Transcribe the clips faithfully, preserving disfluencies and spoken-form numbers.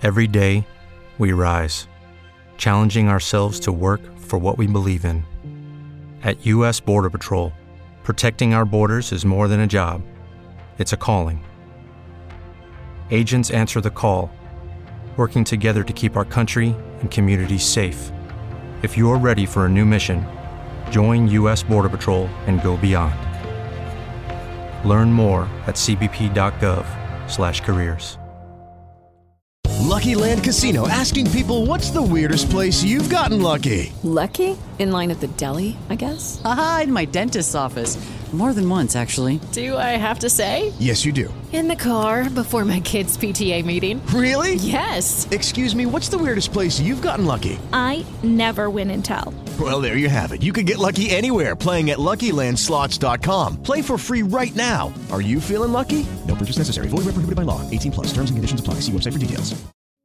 Every day, we rise, challenging ourselves to work for what we believe in. At U S Border Patrol, protecting our borders is more than a job. It's a calling. Agents answer the call, working together to keep our country and communities safe. If you're ready for a new mission, join U S Border Patrol and go beyond. Learn more at c b p dot gov slash careers. Lucky Land Casino, asking people, what's the weirdest place you've gotten lucky? Lucky? In line at the deli, I guess? Aha, in my dentist's office. More than once, actually. Do I have to say? Yes, you do. In the car before my kids' P T A meeting. Really? Yes. Excuse me, what's the weirdest place you've gotten lucky? I never win and tell. Well, there you have it. You can get lucky anywhere, playing at lucky land slots dot com. Play for free right now. Are you feeling lucky? No purchase necessary. Void where prohibited by law. eighteen plus. Terms and conditions apply. See website for details.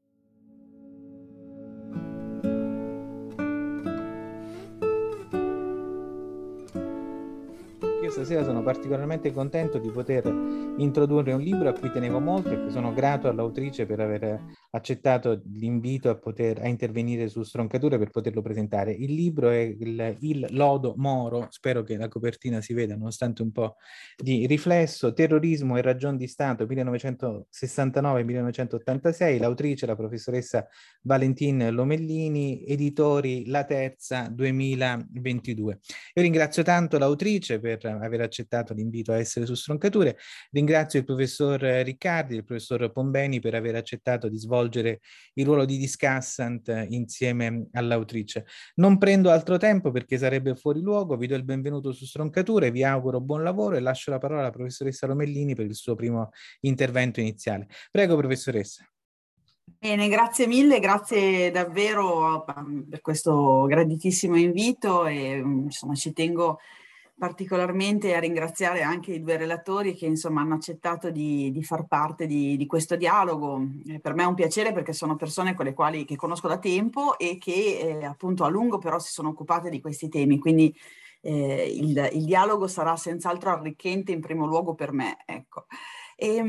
Stasera sono particolarmente contento di poter introdurre un libro a cui tenevo molto e che sono grato all'autrice per aver accettato l'invito a poter a intervenire su Stroncature per poterlo presentare. Il libro è il, il Lodo Moro, spero che la copertina si veda nonostante un po' di riflesso, Terrorismo e ragion di Stato millenovecentosessantanove millenovecentottantasei, l'autrice la professoressa Valentin Lomellini, editori La Terza duemilaventidue. Io ringrazio tanto l'autrice per aver accettato l'invito a essere su Stroncature, ringrazio il professor Riccardi e il professor Pombeni per aver accettato di svolgere il ruolo di discussant insieme all'autrice. Non prendo altro tempo perché sarebbe fuori luogo, vi do il benvenuto su Stroncature, vi auguro buon lavoro e lascio la parola alla professoressa Lomellini per il suo primo intervento iniziale. Prego, professoressa. Bene, grazie mille, grazie davvero per questo graditissimo invito e insomma ci tengo particolarmente a ringraziare anche i due relatori che insomma hanno accettato di, di far parte di, di questo dialogo. Eh, per me è un piacere perché sono persone con le quali che conosco da tempo e che eh, appunto a lungo però si sono occupate di questi temi, quindi eh, il, il dialogo sarà senz'altro arricchente in primo luogo per me, ecco. E,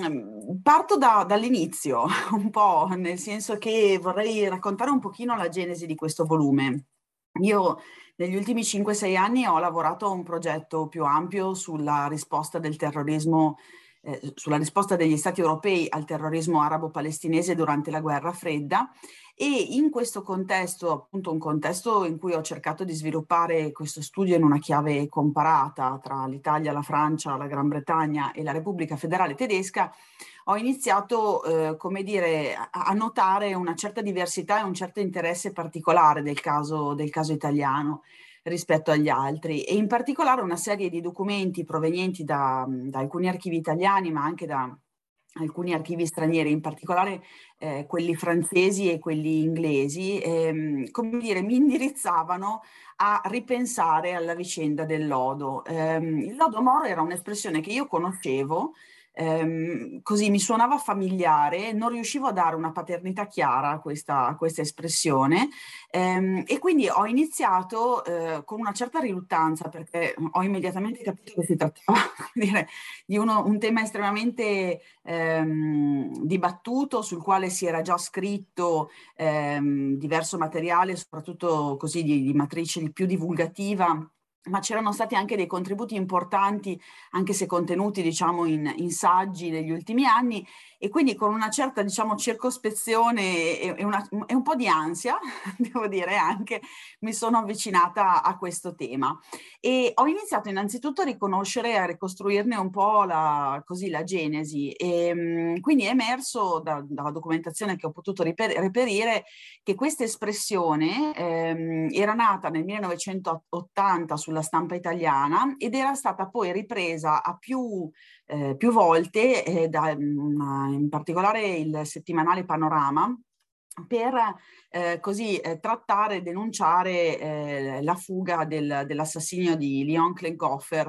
mh, parto da, dall'inizio un po', nel senso che vorrei raccontare un pochino la genesi di questo volume. Io negli ultimi cinque sei anni ho lavorato a un progetto più ampio sulla risposta del terrorismo, eh, sulla risposta degli Stati europei al terrorismo arabo-palestinese durante la guerra fredda e in questo contesto, appunto un contesto in cui ho cercato di sviluppare questo studio in una chiave comparata tra l'Italia, la Francia, la Gran Bretagna e la Repubblica Federale Tedesca, ho iniziato, eh, come dire, a, a notare una certa diversità e un certo interesse particolare del caso, del caso italiano rispetto agli altri e in particolare una serie di documenti provenienti da, da alcuni archivi italiani ma anche da alcuni archivi stranieri, in particolare eh, quelli francesi e quelli inglesi, ehm, come dire, mi indirizzavano a ripensare alla vicenda del lodo. Ehm, il lodo Moro era un'espressione che io conoscevo, ehm, così mi suonava familiare, non riuscivo a dare una paternità chiara a questa, a questa espressione ehm, e quindi ho iniziato eh, con una certa riluttanza perché ho immediatamente capito che si trattava dire, di uno, un tema estremamente ehm, dibattuto sul quale si era già scritto ehm, diverso materiale, soprattutto così di, di matrice di più divulgativa, ma c'erano stati anche dei contributi importanti, anche se contenuti diciamo in, in saggi negli ultimi anni e quindi con una certa diciamo circospezione e, e, una, e un po' di ansia, devo dire anche, mi sono avvicinata a questo tema e ho iniziato innanzitutto a riconoscere e a ricostruirne un po' la, così, la genesi e quindi è emerso da, dalla documentazione che ho potuto riper- reperire che questa espressione ehm, era nata nel millenovecentottanta sulla stampa italiana ed era stata poi ripresa a più, eh, più volte eh, da, in particolare il settimanale Panorama per eh, così eh, trattare e denunciare eh, la fuga del, dell'assassinio di Leon Klinghoffer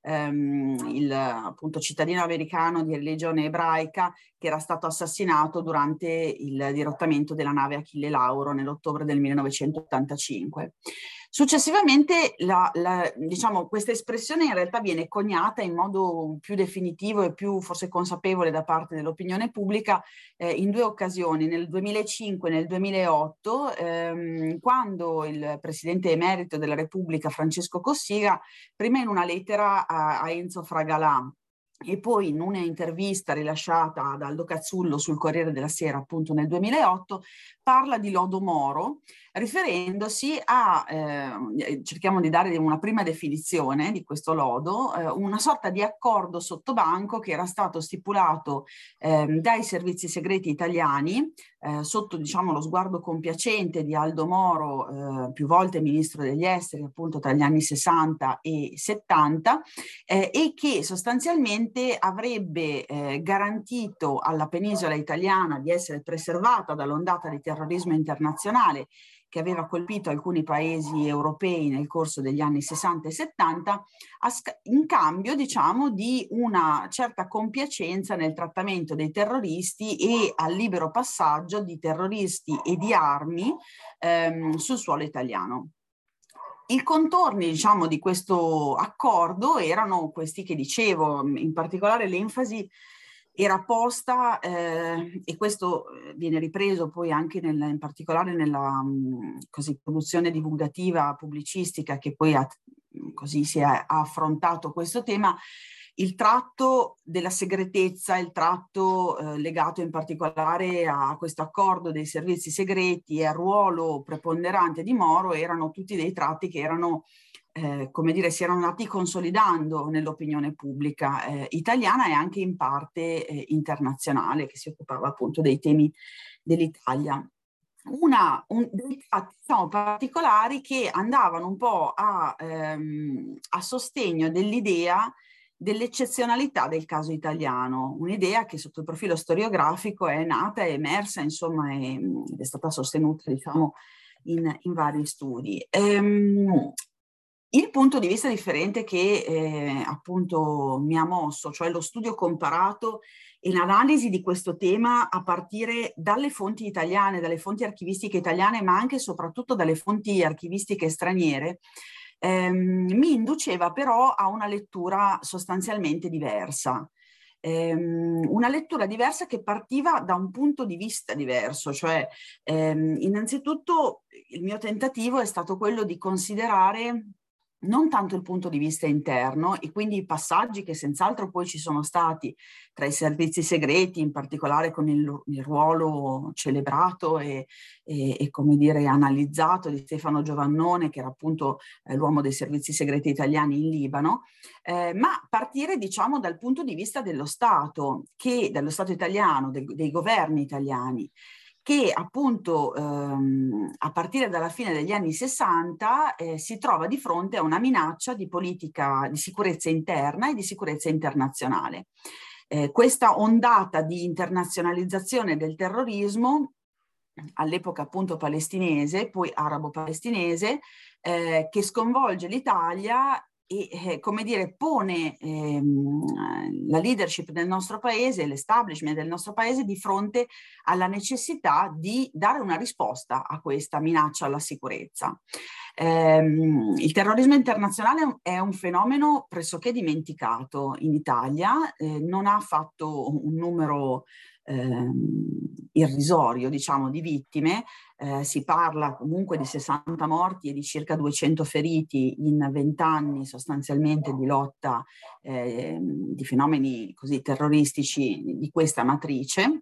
ehm, il appunto cittadino americano di religione ebraica che era stato assassinato durante il dirottamento della nave Achille Lauro nell'ottobre del millenovecentottantacinque. Successivamente la, la, diciamo, questa espressione in realtà viene coniata in modo più definitivo e più forse consapevole da parte dell'opinione pubblica eh, in due occasioni, nel duemilacinque e nel duemilaotto, ehm, quando il presidente emerito della Repubblica Francesco Cossiga, prima in una lettera a, a Enzo Fragalà e poi in un'intervista rilasciata da Aldo Cazzullo sul Corriere della Sera appunto nel duemilaotto, parla di lodo Moro, riferendosi a, eh, cerchiamo di dare una prima definizione di questo lodo, eh, una sorta di accordo sottobanco che era stato stipulato eh, dai servizi segreti italiani eh, sotto, diciamo, lo sguardo compiacente di Aldo Moro, eh, più volte ministro degli esteri appunto tra gli anni sessanta e settanta, eh, e che sostanzialmente avrebbe eh, garantito alla penisola italiana di essere preservata dall'ondata di terrorismo internazionale che aveva colpito alcuni paesi europei nel corso degli anni sessanta e settanta, in cambio, diciamo, di una certa compiacenza nel trattamento dei terroristi e al libero passaggio di terroristi e di armi ehm, sul suolo italiano. I contorni, diciamo, di questo accordo erano questi che dicevo, in particolare l'enfasi era posta, eh, e questo viene ripreso poi anche nel, in particolare nella mh, così, produzione divulgativa pubblicistica che poi ha, così si è ha affrontato questo tema, il tratto della segretezza, il tratto eh, legato in particolare a questo accordo dei servizi segreti e al ruolo preponderante di Moro erano tutti dei tratti che erano Eh, come dire, si erano andati consolidando nell'opinione pubblica eh, italiana e anche in parte eh, internazionale, che si occupava appunto dei temi dell'Italia. Una, un, dei fatti, diciamo, particolari che andavano un po' a, ehm, a sostegno dell'idea dell'eccezionalità del caso italiano, un'idea che sotto il profilo storiografico è nata, è emersa, insomma, è, è stata sostenuta, diciamo, in, in vari studi. Ehm, Il punto di vista differente che eh, appunto mi ha mosso, cioè lo studio comparato e l'analisi di questo tema a partire dalle fonti italiane, dalle fonti archivistiche italiane, ma anche e soprattutto dalle fonti archivistiche straniere, ehm, mi induceva però a una lettura sostanzialmente diversa. Ehm, una lettura diversa che partiva da un punto di vista diverso, cioè ehm, innanzitutto il mio tentativo è stato quello di considerare non tanto il punto di vista interno e quindi i passaggi che senz'altro poi ci sono stati tra i servizi segreti, in particolare con il, il ruolo celebrato e, e, e come dire analizzato di Stefano Giovannone, che era appunto eh, l'uomo dei servizi segreti italiani in Libano, eh, ma partire diciamo dal punto di vista dello Stato, che dello Stato italiano, de, dei governi italiani, che appunto ehm, a partire dalla fine degli anni sessanta eh, si trova di fronte a una minaccia di politica di sicurezza interna e di sicurezza internazionale. Eh, questa ondata di internazionalizzazione del terrorismo, all'epoca appunto palestinese, poi arabo-palestinese, eh, che sconvolge l'Italia e eh, come dire pone ehm, la leadership del nostro paese, l'establishment del nostro paese di fronte alla necessità di dare una risposta a questa minaccia alla sicurezza. Ehm, il terrorismo internazionale è un fenomeno pressoché dimenticato in Italia, eh, non ha fatto un numero ehm, irrisorio, diciamo, di vittime. Eh, si parla comunque di sessanta morti e di circa duecento feriti in vent'anni sostanzialmente di lotta eh, di fenomeni così terroristici di questa matrice.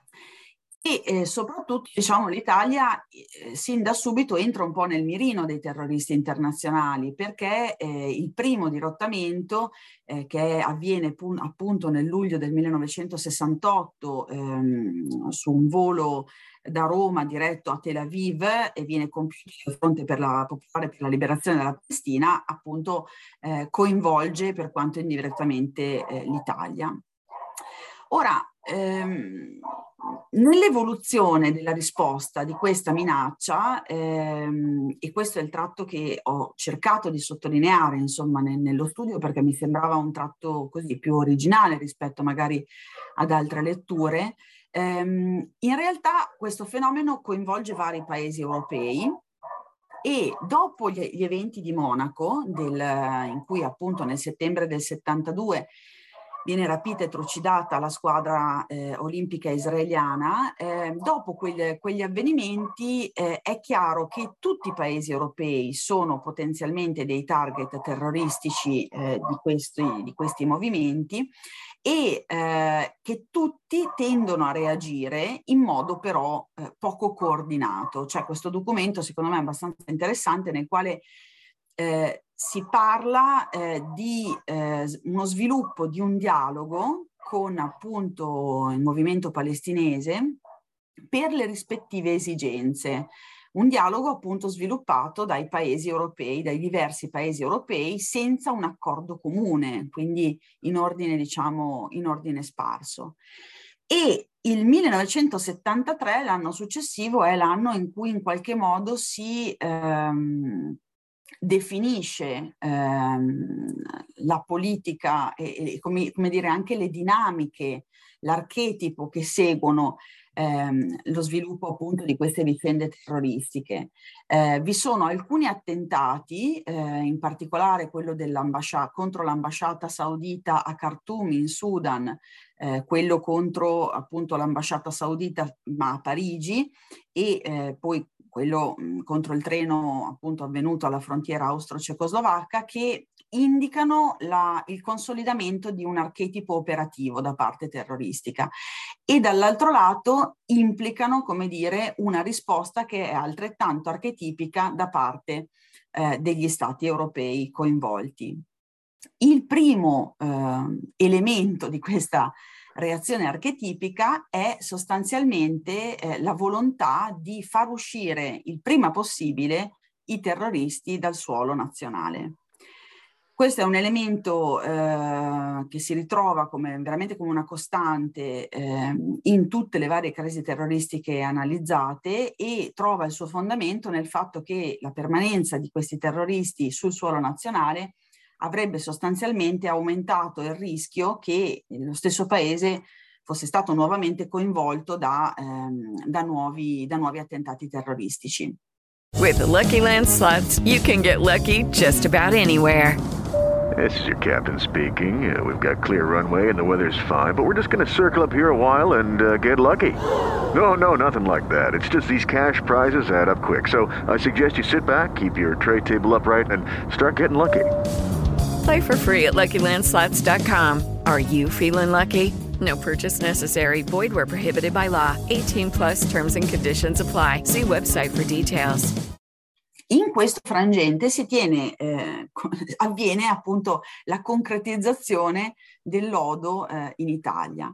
E eh, soprattutto, diciamo, l'Italia eh, sin da subito entra un po' nel mirino dei terroristi internazionali, perché eh, il primo dirottamento eh, che avviene pun- appunto nel luglio del millenovecentosessantotto ehm, su un volo da Roma diretto a Tel Aviv e viene compiuto dal Fronte per la Popolare per la Liberazione della Palestina, appunto eh, coinvolge per quanto indirettamente eh, l'Italia. Ora, ehm, nell'evoluzione della risposta di questa minaccia, ehm, e questo è il tratto che ho cercato di sottolineare, insomma, ne, nello studio, perché mi sembrava un tratto così più originale rispetto magari ad altre letture, ehm, in realtà questo fenomeno coinvolge vari paesi europei. E dopo gli, gli eventi di Monaco, del, in cui appunto nel settembre del settantadue viene rapita e trucidata la squadra eh, olimpica israeliana, eh, dopo quegli, quegli avvenimenti eh, è chiaro che tutti i paesi europei sono potenzialmente dei target terroristici eh, di, questi, di questi movimenti, e eh, che tutti tendono a reagire in modo però eh, poco coordinato. Cioè, questo documento secondo me è abbastanza interessante, nel quale eh, si parla eh, di eh, uno sviluppo di un dialogo con appunto il movimento palestinese per le rispettive esigenze. Un dialogo appunto sviluppato dai paesi europei, dai diversi paesi europei, senza un accordo comune, quindi in ordine, diciamo, in ordine sparso. E il millenovecentosettantatré, l'anno successivo, è l'anno in cui in qualche modo si ehm, definisce ehm, la politica e, e come, come dire anche le dinamiche, l'archetipo che seguono ehm, lo sviluppo appunto di queste vicende terroristiche. Eh, vi sono alcuni attentati, eh, in particolare quello dell'ambasciata contro l'ambasciata saudita a Khartoum in Sudan, eh, quello contro appunto l'ambasciata saudita ma a Parigi, e eh, poi quello mh, contro il treno appunto avvenuto alla frontiera austro-cecoslovacca, che indicano la, il consolidamento di un archetipo operativo da parte terroristica, e dall'altro lato implicano, come dire, una risposta che è altrettanto archetipica da parte eh, degli stati europei coinvolti. Il primo eh, elemento di questa reazione archetipica è sostanzialmente eh, la volontà di far uscire il prima possibile i terroristi dal suolo nazionale. Questo è un elemento eh, che si ritrova come, veramente come una costante eh, in tutte le varie crisi terroristiche analizzate, e trova il suo fondamento nel fatto che la permanenza di questi terroristi sul suolo nazionale avrebbe sostanzialmente aumentato il rischio che lo stesso paese fosse stato nuovamente coinvolto da, ehm, da, nuovi, da nuovi attentati terroristici. With the Lucky Land Slots, you can get lucky just about anywhere. This is your captain speaking. Uh, we've got clear runway and the weather's fine, but we're just going to circle up here a while and uh, get lucky. No, no, nothing like that. It's just these cash prizes add up quick. So I suggest you sit back, keep your tray table upright, and start getting lucky. Play for free at Lucky Land Slots dot com. Are you feeling lucky? No purchase necessary. Void where prohibited by law. eighteen plus terms and conditions apply. See website for details. In questo frangente si tiene, eh, avviene appunto la concretizzazione del lodo eh, in Italia.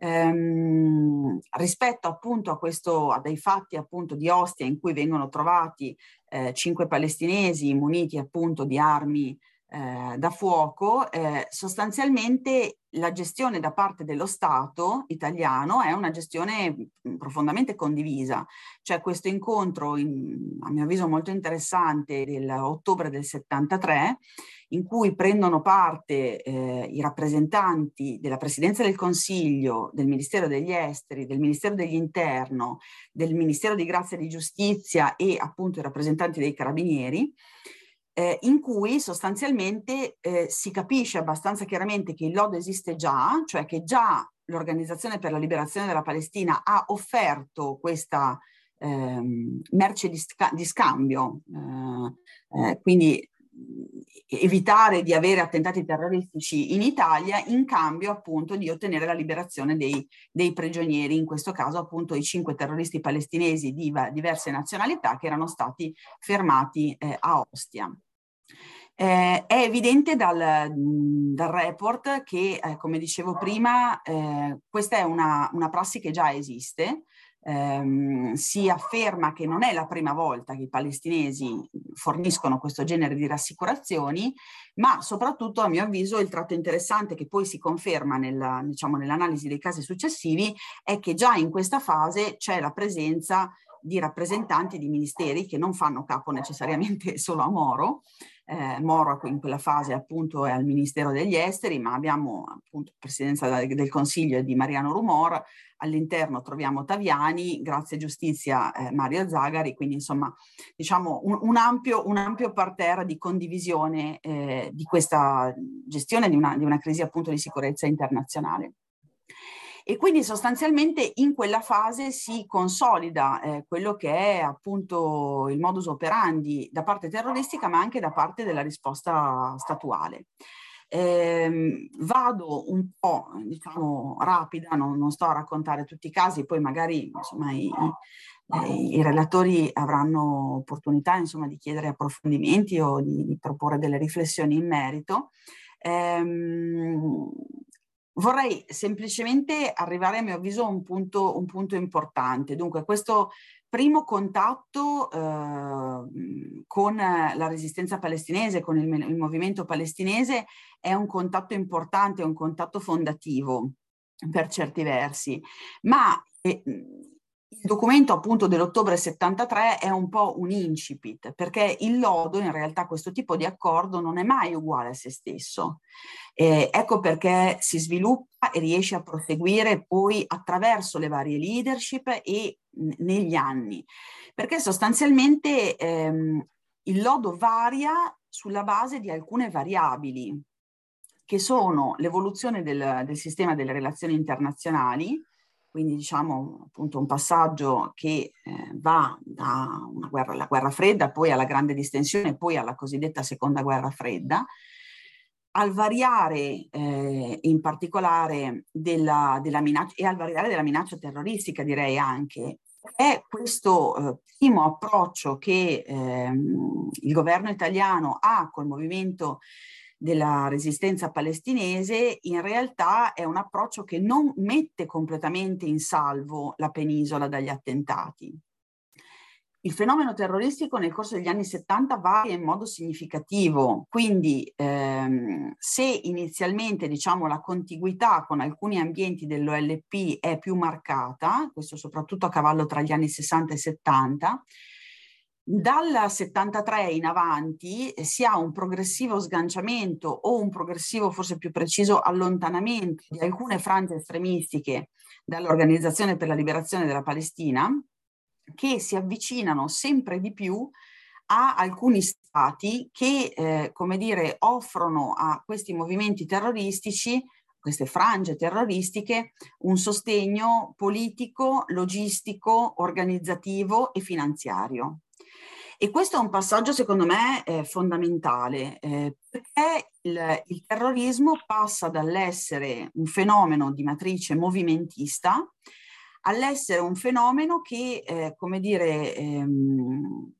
Ehm, rispetto appunto a questo, a dei fatti appunto di Ostia, in cui vengono trovati eh, cinque palestinesi muniti appunto di armi Eh, da fuoco, eh, sostanzialmente la gestione da parte dello Stato italiano è una gestione profondamente condivisa. C'è questo incontro, in, a mio avviso molto interessante, dell'ottobre del settantatré, in cui prendono parte eh, i rappresentanti della Presidenza del Consiglio, del Ministero degli Esteri, del Ministero dell'Interno, del Ministero di Grazia e di Giustizia e appunto i rappresentanti dei Carabinieri, Eh, in cui sostanzialmente eh, si capisce abbastanza chiaramente che il lodo esiste già, cioè che già l'Organizzazione per la Liberazione della Palestina ha offerto questa ehm, merce di, sca- di scambio, eh, eh, quindi evitare di avere attentati terroristici in Italia in cambio appunto di ottenere la liberazione dei, dei prigionieri, in questo caso appunto i cinque terroristi palestinesi di va- diverse nazionalità che erano stati fermati eh, a Ostia. Eh, è evidente dal, dal report che, eh, come dicevo prima, eh, questa è una, una prassi che già esiste. ehm, si afferma che non è la prima volta che i palestinesi forniscono questo genere di rassicurazioni, ma soprattutto, a mio avviso, il tratto interessante che poi si conferma nella, diciamo, nell'analisi dei casi successivi è che già in questa fase c'è la presenza di rappresentanti di ministeri che non fanno capo necessariamente solo a Moro. Eh, Moro in quella fase appunto è al Ministero degli Esteri, ma abbiamo appunto presidenza del Consiglio di Mariano Rumor, all'interno troviamo Taviani, Grazia e Giustizia eh, Mario Zagari, quindi insomma diciamo un, un, ampio, un ampio parterre di condivisione eh, di questa gestione di una, di una crisi appunto di sicurezza internazionale. E quindi sostanzialmente in quella fase si consolida eh, quello che è appunto il modus operandi da parte terroristica, ma anche da parte della risposta statuale. Eh, vado un po', diciamo, rapida, non, non sto a raccontare tutti i casi, poi magari insomma i, i, i relatori avranno opportunità insomma di chiedere approfondimenti o di, di proporre delle riflessioni in merito. Eh, Vorrei semplicemente arrivare, a mio avviso, a un punto, un punto importante. Dunque, questo primo contatto eh, con la resistenza palestinese, con il, il movimento palestinese, è un contatto importante, è un contatto fondativo per certi versi, ma eh, il documento appunto dell'ottobre settantatré è un po' un incipit, perché il lodo, in realtà questo tipo di accordo non è mai uguale a se stesso. Eh, ecco perché si sviluppa e riesce a proseguire poi attraverso le varie leadership e n- negli anni, perché sostanzialmente ehm, il lodo varia sulla base di alcune variabili, che sono l'evoluzione del, del sistema delle relazioni internazionali, quindi diciamo appunto un passaggio che eh, va da una guerra, la guerra fredda, poi alla grande distensione, poi alla cosiddetta seconda guerra fredda, al variare eh, in particolare della, della minaccia e al variare della minaccia terroristica, direi anche. È questo eh, primo approccio che ehm, il governo italiano ha col movimento della resistenza palestinese, in realtà è un approccio che non mette completamente in salvo la penisola dagli attentati. Il fenomeno terroristico nel corso degli anni settanta varia in modo significativo, quindi ehm, se inizialmente diciamo la contiguità con alcuni ambienti dell'O L P è più marcata, questo soprattutto a cavallo tra gli anni sessanta e settanta, dal settantatré in avanti si ha un progressivo sganciamento o un progressivo, forse più preciso, allontanamento di alcune frange estremistiche dall'Organizzazione per la Liberazione della Palestina, che si avvicinano sempre di più a alcuni stati che, eh, come dire, offrono a questi movimenti terroristici, queste frange terroristiche, un sostegno politico, logistico, organizzativo e finanziario. E questo è un passaggio, secondo me, eh, fondamentale, eh, perché il, il terrorismo passa dall'essere un fenomeno di matrice movimentista all'essere un fenomeno che, eh, come dire, ehm,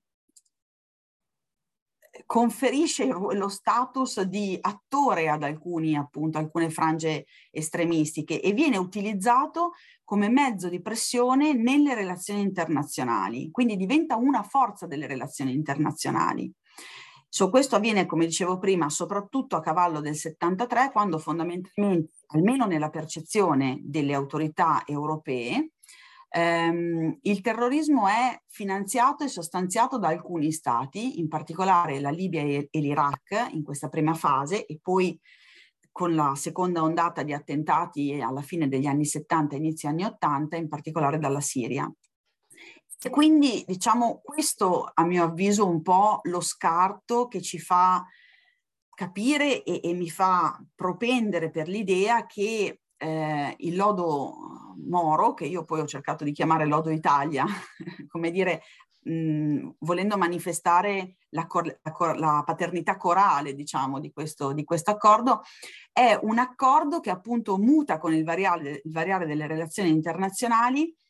conferisce lo status di attore ad alcuni, appunto, alcune frange estremistiche e viene utilizzato come mezzo di pressione nelle relazioni internazionali, quindi diventa una forza delle relazioni internazionali. So, questo avviene, come dicevo prima, soprattutto a cavallo del settantatré, quando fondamentalmente, almeno nella percezione delle autorità europee, ehm, il terrorismo è finanziato e sostanziato da alcuni stati, in particolare la Libia e, e l'Iraq in questa prima fase, e poi con la seconda ondata di attentati alla fine degli anni settanta, inizio anni ottanta, in particolare dalla Siria. E quindi, diciamo, questo a mio avviso un po' lo scarto che ci fa capire e, e mi fa propendere per l'idea che eh, il lodo Moro, che io poi ho cercato di chiamare lodo Italia, come dire, mh, volendo manifestare la, cor- la, cor- la paternità corale, diciamo, di questo, di questo accordo, è un accordo che appunto muta con il variare, il variare delle relazioni internazionali,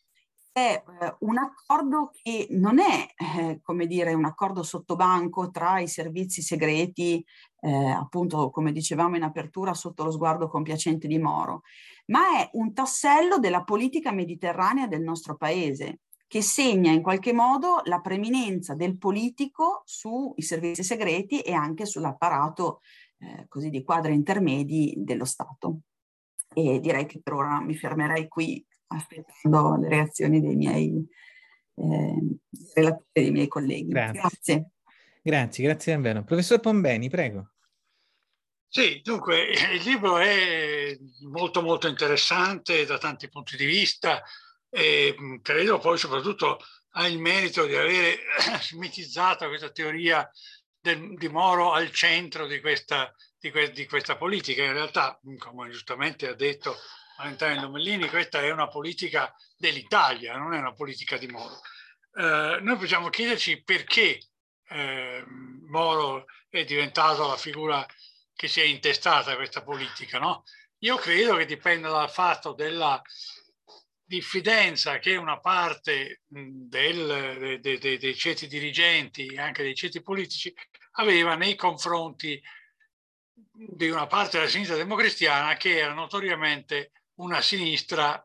è eh, un accordo che non è, eh, come dire, un accordo sottobanco tra i servizi segreti, eh, appunto, come dicevamo in apertura, sotto lo sguardo compiacente di Moro, ma è un tassello della politica mediterranea del nostro paese, che segna in qualche modo la preminenza del politico sui servizi segreti e anche sull'apparato eh, così di quadri intermedi dello Stato. E direi che per ora mi fermerei qui, aspettando le reazioni dei miei eh, relatori, dei miei colleghi. Grazie. Grazie. Grazie, grazie davvero. Professor Pombeni, prego. Sì, dunque il libro è molto molto interessante da tanti punti di vista e credo poi soprattutto ha il merito di avere smitizzato questa teoria del, di Moro al centro di questa, di, que, di questa politica. In realtà, come giustamente ha detto Valentino Lomellini, questa è una politica dell'Italia, non è una politica di Moro. Eh, noi possiamo chiederci perché eh, Moro è diventato la figura che si è intestata questa politica, no? Io credo che dipenda dal fatto della diffidenza che una parte del, de, de, dei ceti dirigenti, anche dei ceti politici, aveva nei confronti di una parte della sinistra democristiana che era notoriamente una sinistra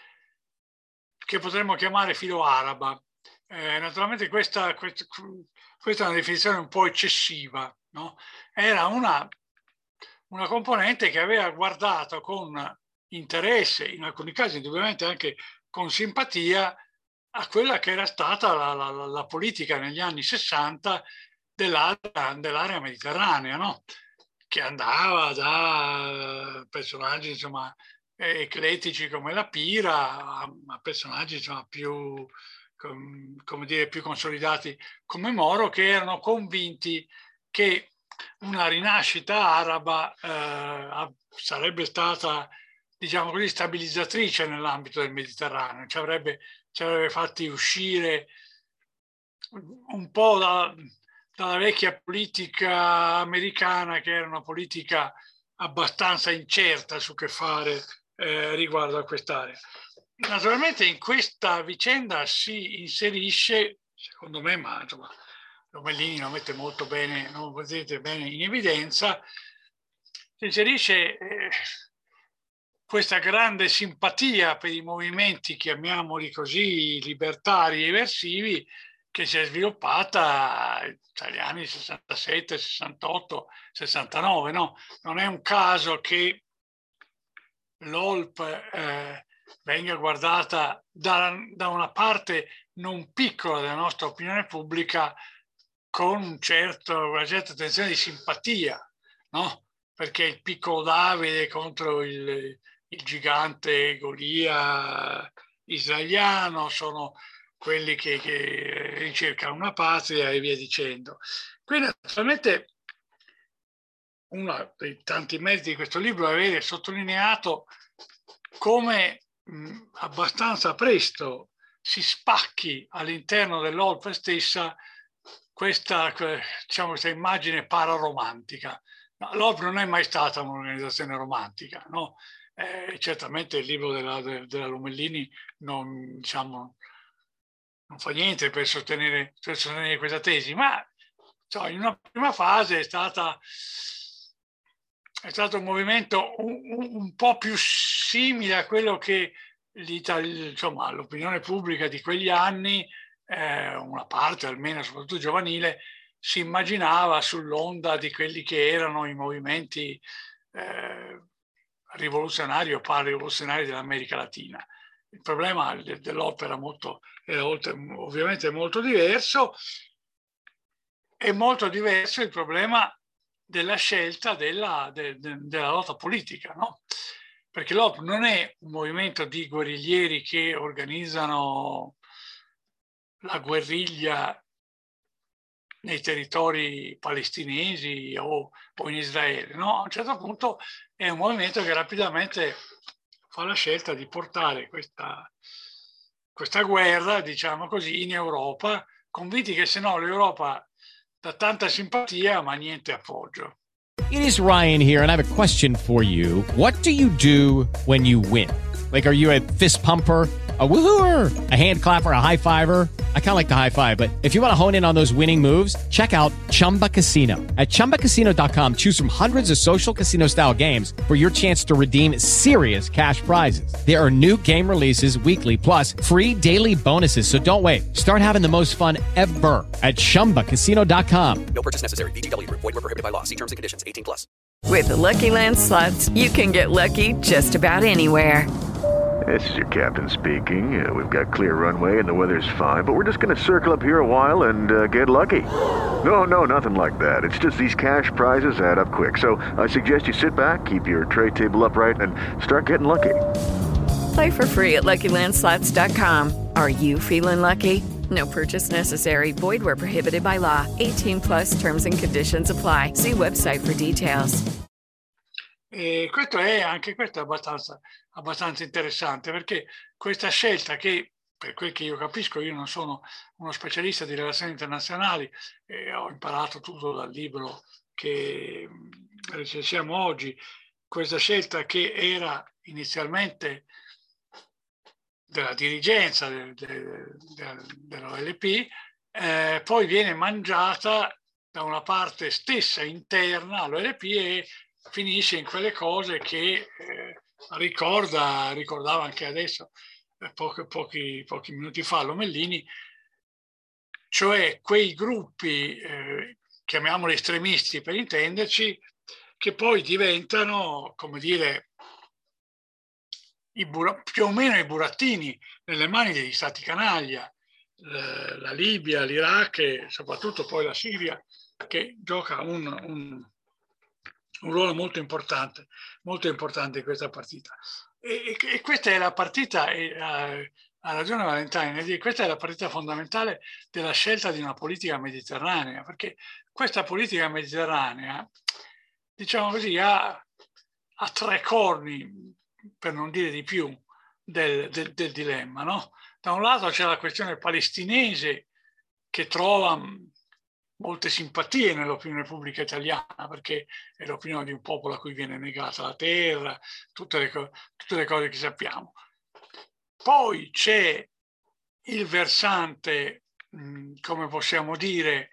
che potremmo chiamare filo-araba. Eh, naturalmente questa, questa, questa è una definizione un po' eccessiva, no? Era una, una componente che aveva guardato con interesse, in alcuni casi indubbiamente anche con simpatia, a quella che era stata la, la, la politica negli anni sessanta dell'area, dell'area mediterranea, no? Che andava da personaggi insomma eclettici come la Pira a, a personaggi insomma più, com, come dire, più consolidati come Moro, che erano convinti che una rinascita araba eh, sarebbe stata, diciamo così, stabilizzatrice nell'ambito del Mediterraneo, ci avrebbe, ci avrebbe fatti uscire un po' da, dalla vecchia politica americana, che era una politica abbastanza incerta su che fare eh, riguardo a quest'area. Naturalmente in questa vicenda si inserisce, secondo me, ma insomma Lomellini lo mette molto bene, non vedete bene in evidenza, si inserisce eh, questa grande simpatia per i movimenti, chiamiamoli così, libertari e eversivi, che si è sviluppata tra gli anni sessantasette, sessantotto, sessantanove. No? Non è un caso che l'O L P eh, venga guardata da, da una parte non piccola della nostra opinione pubblica con un certo, una certa attenzione di simpatia, no? Perché il piccolo Davide contro il, il gigante Golia israeliano sono quelli che, che ricercano una patria e via dicendo. Quindi naturalmente uno dei tanti meriti di questo libro è avere sottolineato come mh, abbastanza presto si spacchi all'interno dell'O L P stessa questa, diciamo, questa immagine pararomantica. No, l'O L P non è mai stata un'organizzazione romantica, no? Eh, certamente il libro della, della Lomellini non, diciamo, non fa niente per sostenere, per sostenere questa tesi, ma cioè, in una prima fase è stata è stato un movimento un, un po' più simile a quello che insomma, l'opinione pubblica di quegli anni, eh, una parte almeno, soprattutto giovanile, si immaginava sull'onda di quelli che erano i movimenti eh, rivoluzionari o pararivoluzionari dell'America Latina. Il problema dell'opera molto, era oltre, ovviamente molto diverso. È molto diverso il problema della scelta della, de, de, della lotta politica, no? Perché l'O L P non è un movimento di guerriglieri che organizzano la guerriglia nei territori palestinesi o, o in Israele, no? A un certo punto è un movimento che rapidamente fa la scelta di portare questa, questa guerra, diciamo così, in Europa, convinti che se no l'Europa dà tanta simpatia ma niente appoggio. It is Ryan here and I have a question for you. What do you do when you win? Like, are you a fist pumper, a woohooer, a hand clapper, a high fiver? I kind of like the high five, but if you want to hone in on those winning moves, check out Chumba Casino. At chumba casino dot com, choose from hundreds of social casino style games for your chance to redeem serious cash prizes. There are new game releases weekly, plus free daily bonuses. So don't wait. Start having the most fun ever at chumba casino dot com. No purchase necessary. V G W. Void were prohibited by law. See terms and conditions. eighteen plus. With the Lucky Land Slots, you can get lucky just about anywhere. This is your captain speaking. Uh, we've got clear runway and the weather's fine, but we're just going to circle up here a while and uh, get lucky. No, no, nothing like that. It's just these cash prizes add up quick. So I suggest you sit back, keep your tray table upright, and start getting lucky. Play for free at lucky land slots dot com. Are you feeling lucky? No purchase necessary. Void where prohibited by law. eighteen plus terms and conditions apply. See website for details. E questo è anche questo è abbastanza, abbastanza interessante, perché questa scelta che, per quel che io capisco, io non sono uno specialista di relazioni internazionali, e ho imparato tutto dal libro che recensiamo oggi, questa scelta che era inizialmente della dirigenza del, del, del, dell'O L P, eh, poi viene mangiata da una parte stessa interna all'O L P e finisce in quelle cose che eh, ricorda, ricordava anche adesso, eh, pochi, pochi, pochi minuti fa, Lomellini, cioè quei gruppi, eh, chiamiamoli estremisti per intenderci, che poi diventano, come dire, i bura- più o meno i burattini nelle mani degli stati canaglia, la, la Libia, l'Iraq e soprattutto poi la Siria, che gioca un... un un ruolo molto importante, molto importante in questa partita. E, e, e questa è la partita, e, uh, ha ragione Valentine, questa è la partita fondamentale della scelta di una politica mediterranea, perché questa politica mediterranea, diciamo così, ha, ha tre corni, per non dire di più, del, del, del dilemma, no? Da un lato c'è la questione palestinese che trova molte simpatie nell'opinione pubblica italiana, perché è l'opinione di un popolo a cui viene negata la terra, tutte le, co- tutte le cose che sappiamo. Poi c'è il versante, mh, come possiamo dire,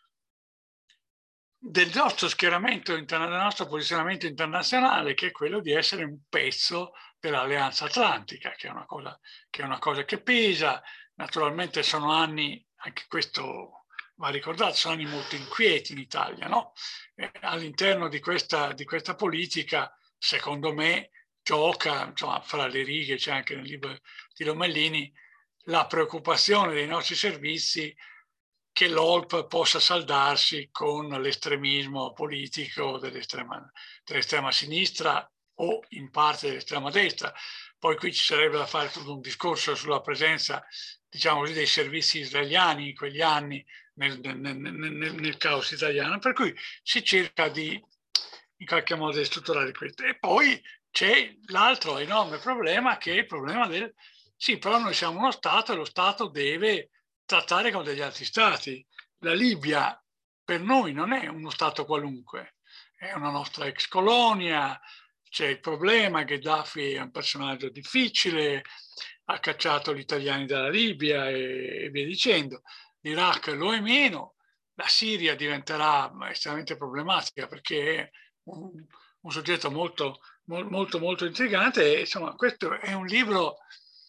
del nostro schieramento, interna- del nostro posizionamento internazionale, che è quello di essere un pezzo dell'Alleanza Atlantica, che è una cosa che, è una cosa che pesa. Naturalmente sono anni, anche questo va ricordato, sono anni molto inquieti in Italia, no? Eh, all'interno di questa, di questa politica, secondo me, gioca, insomma, fra le righe, c'è anche nel libro di Lomellini, la preoccupazione dei nostri servizi che l'O L P possa saldarsi con l'estremismo politico dell'estrema, dell'estrema sinistra o in parte dell'estrema destra. Poi qui ci sarebbe da fare tutto un discorso sulla presenza, diciamo così, dei servizi israeliani in quegli anni nel, nel, nel, nel, nel caos italiano, per cui si cerca di in qualche modo di strutturare questo. E poi c'è l'altro enorme problema, che è il problema del sì, però noi siamo uno Stato e lo Stato deve trattare con degli altri Stati. La Libia per noi non è uno Stato qualunque, è una nostra ex colonia, c'è il problema che Gheddafi è un personaggio difficile, ha cacciato gli italiani dalla Libia e, e via dicendo. L'Iraq lo è meno, la Siria diventerà estremamente problematica perché è un, un soggetto molto, molto, molto intrigante. E, insomma, questo è un libro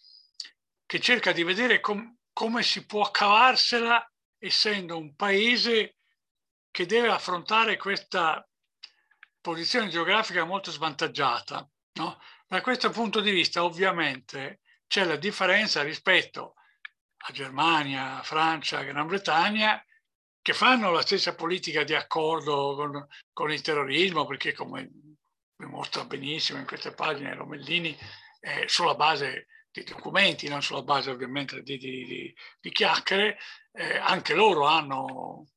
che cerca di vedere com- come si può cavarsela essendo un paese che deve affrontare questa posizione geografica molto svantaggiata, no? Da questo punto di vista, ovviamente, c'è la differenza rispetto a Germania, Francia, Gran Bretagna, che fanno la stessa politica di accordo con, con il terrorismo, perché come dimostra benissimo in queste pagine Lomellini, eh, sulla base di documenti, non sulla base ovviamente di, di, di, di chiacchiere, eh, anche loro hanno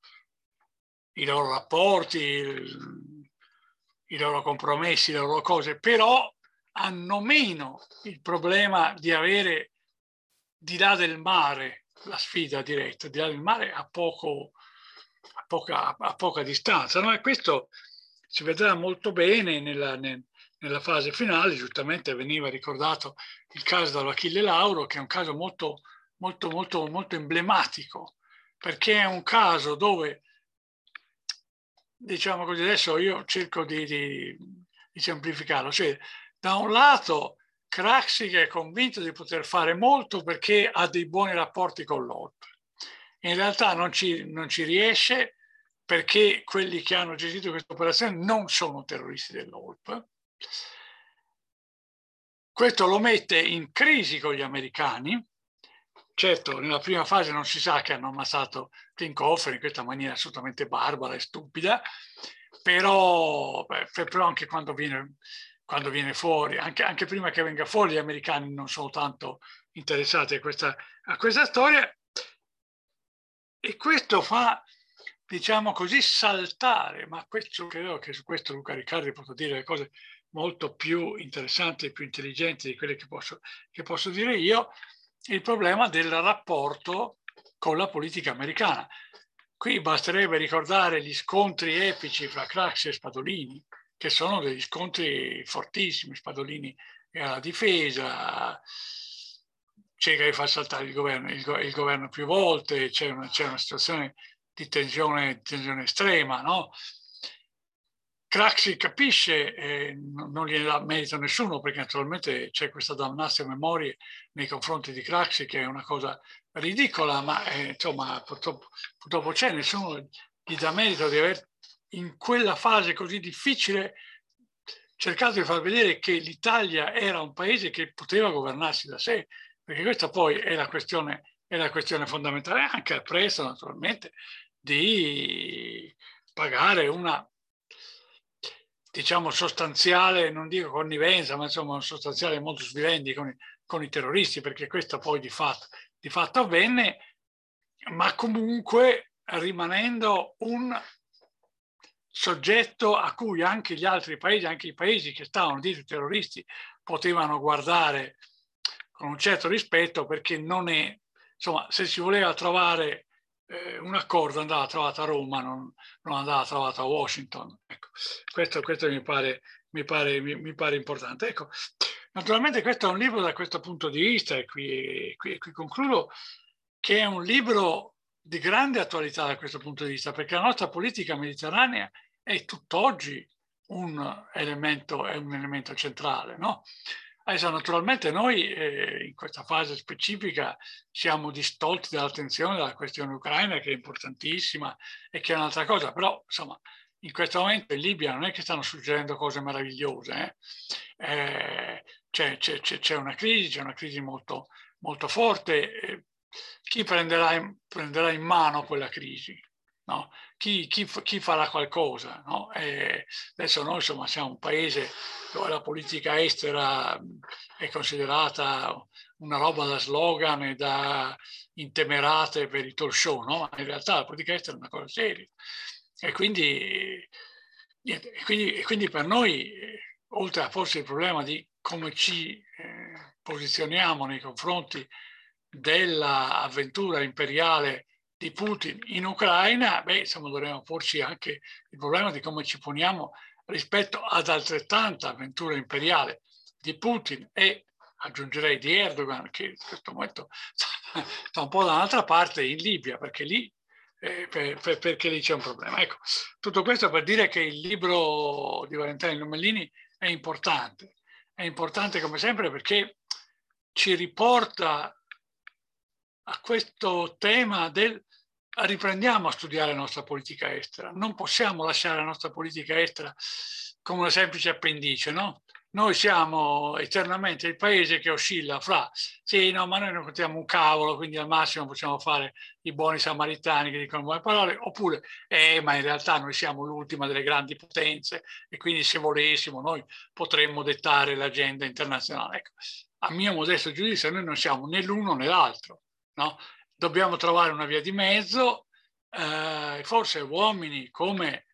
i loro rapporti, il, i loro compromessi, le loro cose, però hanno meno il problema di avere di là del mare la sfida diretta, di là del mare a, poco, a, poca, a poca distanza, no? E questo si vedrà molto bene nella, nel, nella fase finale. Giustamente veniva ricordato il caso dell'Achille Lauro, che è un caso molto, molto, molto, molto emblematico, perché è un caso dove, diciamo così, adesso io cerco di, di, di semplificarlo, cioè da un lato Craxi che è convinto di poter fare molto perché ha dei buoni rapporti con l'O L P. In realtà non ci, non ci riesce perché quelli che hanno gestito questa operazione non sono terroristi dell'O L P. Questo lo mette in crisi con gli americani. Certo, nella prima fase non si sa che hanno ammazzato Klinghoffer in questa maniera assolutamente barbara e stupida, però, beh, però anche quando viene... quando viene fuori, anche, anche prima che venga fuori, gli americani non sono tanto interessati a questa, a questa storia, e questo fa, diciamo così, saltare, ma questo, credo che su questo Luca Riccardi possa dire le cose molto più interessanti e più intelligenti di quelle che posso, che posso dire io, il problema del rapporto con la politica americana. Qui basterebbe ricordare gli scontri epici fra Craxi e Spadolini, che sono degli scontri fortissimi. Spadolini è alla difesa, cerca di far saltare il governo, il, il governo più volte, c'è una, c'è una situazione di tensione, tensione estrema, no? Craxi capisce, eh, non gliene dà merito a nessuno, perché naturalmente c'è questa damnatio memoria nei confronti di Craxi che è una cosa ridicola, ma eh, insomma purtroppo, purtroppo c'è, nessuno gli dà merito di aver in quella fase così difficile cercato di far vedere che l'Italia era un paese che poteva governarsi da sé, perché questa poi è la questione, è la questione fondamentale, anche al prezzo naturalmente di pagare una, diciamo, sostanziale, non dico connivenza, ma insomma un sostanziale modus vivendi con i, con i terroristi, perché questo poi di fatto, di fatto avvenne, ma comunque rimanendo un soggetto a cui anche gli altri paesi, anche i paesi che stavano dietro i terroristi, potevano guardare con un certo rispetto, perché non è, insomma, se si voleva trovare eh, un accordo andava trovato a Roma, non, non andava trovato a Washington. Ecco, questo, questo mi pare, mi pare, mi, mi pare importante. Ecco, naturalmente questo è un libro da questo punto di vista, e qui, qui, qui concludo, che è un libro di grande attualità da questo punto di vista, perché la nostra politica mediterranea è tutt'oggi un elemento, è un elemento centrale, no? Adesso naturalmente noi eh, in questa fase specifica siamo distolti dall'attenzione della questione ucraina, che è importantissima e che è un'altra cosa, però insomma in questo momento in Libia non è che stanno succedendo cose meravigliose, eh? Eh, c'è, c'è, c'è una crisi, c'è una crisi molto, molto forte. Eh, chi prenderà in, prenderà in mano quella crisi? No? Chi, chi, chi farà qualcosa? No? E adesso noi insomma siamo un paese dove la politica estera è considerata una roba da slogan e da intemerate per i talk show, no? Ma in realtà la politica estera è una cosa seria, e quindi, niente, e quindi, e quindi per noi, eh, oltre a porsi il problema di come ci eh, posizioniamo nei confronti dell'avventura imperiale di Putin in Ucraina, beh, insomma, dovremmo porci anche il problema di come ci poniamo rispetto ad altrettanta avventura imperiale di Putin e, aggiungerei, di Erdogan, che in questo momento sta un po' da un'altra parte in Libia, perché lì, eh, per, per, perché lì c'è un problema. Ecco, tutto questo per dire che il libro di Valentino Lomellini è importante. È importante come sempre perché ci riporta a questo tema del riprendiamo a studiare la nostra politica estera. Non possiamo lasciare la nostra politica estera come una semplice appendice, no? Noi siamo eternamente il paese che oscilla fra sì, no, ma noi non contiamo un cavolo, quindi al massimo possiamo fare i buoni samaritani che dicono buone parole, oppure eh, ma in realtà noi siamo l'ultima delle grandi potenze e quindi se volessimo noi potremmo dettare l'agenda internazionale. Ecco, a mio modesto giudizio noi non siamo né l'uno né l'altro, no? Dobbiamo trovare una via di mezzo, eh, forse uomini come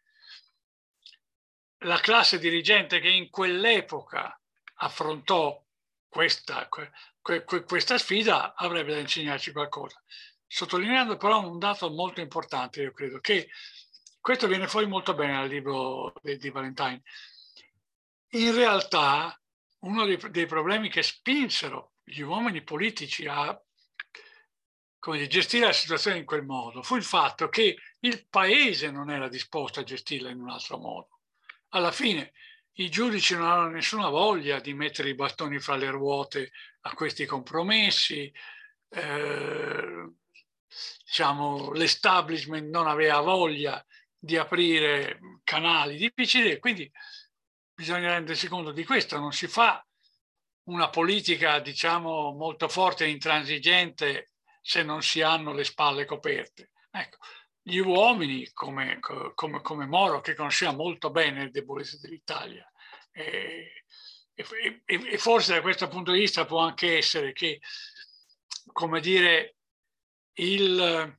la classe dirigente che in quell'epoca affrontò questa, que, que, questa sfida avrebbe da insegnarci qualcosa. Sottolineando però un dato molto importante, io credo, che questo viene fuori molto bene dal libro di, di Valentine. in realtà uno dei, dei problemi che spinsero gli uomini politici a come dire, gestire la situazione in quel modo fu il fatto che il paese non era disposto a gestirla in un altro modo. Alla fine i giudici non avevano nessuna voglia di mettere i bastoni fra le ruote a questi compromessi, eh, diciamo, l'establishment non aveva voglia di aprire canali difficili e quindi bisogna rendersi conto di questo. Non si fa una politica, diciamo, molto forte e intransigente se non si hanno le spalle coperte. Ecco, gli uomini come, come, come Moro, che conosceva molto bene le debolezze dell'Italia, e, e, e forse da questo punto di vista può anche essere che, come dire, il,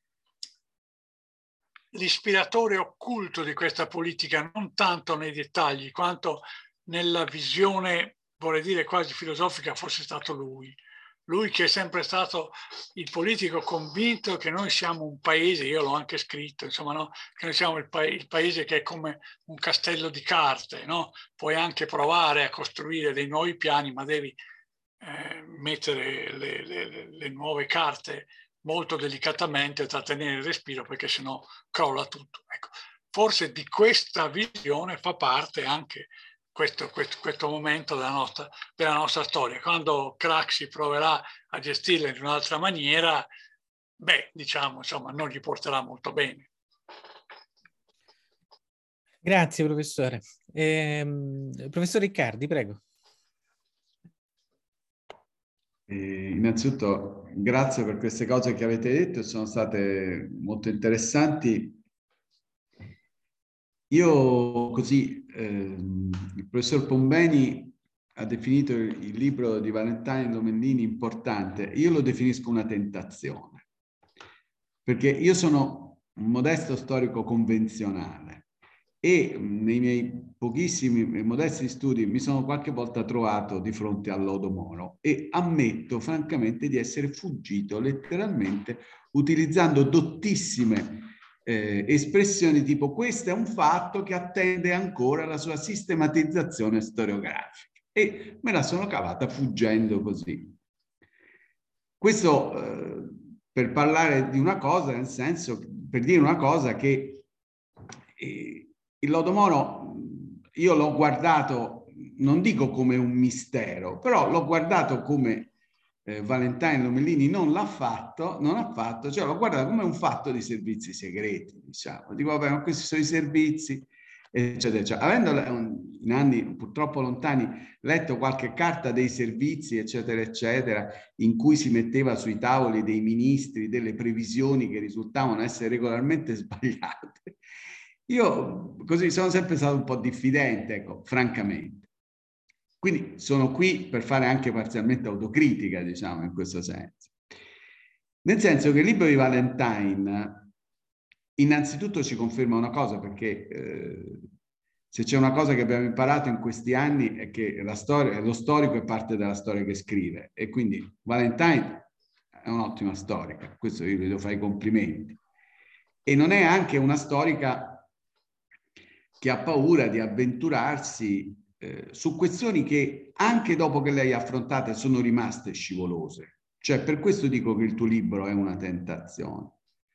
l'ispiratore occulto di questa politica, non tanto nei dettagli quanto nella visione, vorrei dire quasi filosofica, fosse stato lui. Lui che è sempre stato il politico convinto che noi siamo un paese, io l'ho anche scritto, insomma, no? Che noi siamo il, pa- il paese che è come un castello di carte, no? Puoi anche provare a costruire dei nuovi piani, ma devi eh, mettere le, le, le nuove carte molto delicatamente, trattenere il respiro, perché sennò crolla tutto. Ecco, forse di questa visione fa parte anche Questo, questo, questo momento della nostra, della nostra storia. Quando Craxi proverà a gestirla in un'altra maniera, beh, diciamo, insomma, non gli porterà molto bene. Grazie, professore. Ehm, professor Riccardi, prego. Eh, innanzitutto, grazie per queste cose che avete detto, sono state molto interessanti. Io così, ehm, il professor Pombeni ha definito il, il libro di Valentine Lomellini importante, io lo definisco una tentazione, perché io sono un modesto storico convenzionale e nei miei pochissimi e modesti studi mi sono qualche volta trovato di fronte al lodo Moro e ammetto francamente di essere fuggito letteralmente utilizzando dottissime Eh, espressioni tipo questo è un fatto che attende ancora la sua sistematizzazione storiografica e me la sono cavata fuggendo così. Questo eh, per parlare di una cosa, nel senso, per dire una cosa che eh, il lodo Moro io l'ho guardato, non dico come un mistero, però l'ho guardato come Eh, Valentine Lomellini non l'ha fatto, non ha fatto, cioè l'ho guardato come un fatto di servizi segreti, diciamo. Dico, vabbè, ma questi sono i servizi, eccetera, eccetera. Avendo in anni purtroppo lontani letto qualche carta dei servizi, eccetera, eccetera, in cui si metteva sui tavoli dei ministri delle previsioni che risultavano essere regolarmente sbagliate, io così sono sempre stato un po' diffidente, ecco, francamente. Quindi sono qui per fare anche parzialmente autocritica, diciamo, in questo senso. Nel senso che il libro di Valentine innanzitutto ci conferma una cosa, perché eh, se c'è una cosa che abbiamo imparato in questi anni è che la storia, lo storico è parte della storia che scrive e quindi Valentine è un'ottima storica, questo io gli devo fare i complimenti. E non è anche una storica che ha paura di avventurarsi Eh, su questioni che anche dopo che lei ha affrontate sono rimaste scivolose. Cioè, per questo dico che il tuo libro è una tentazione.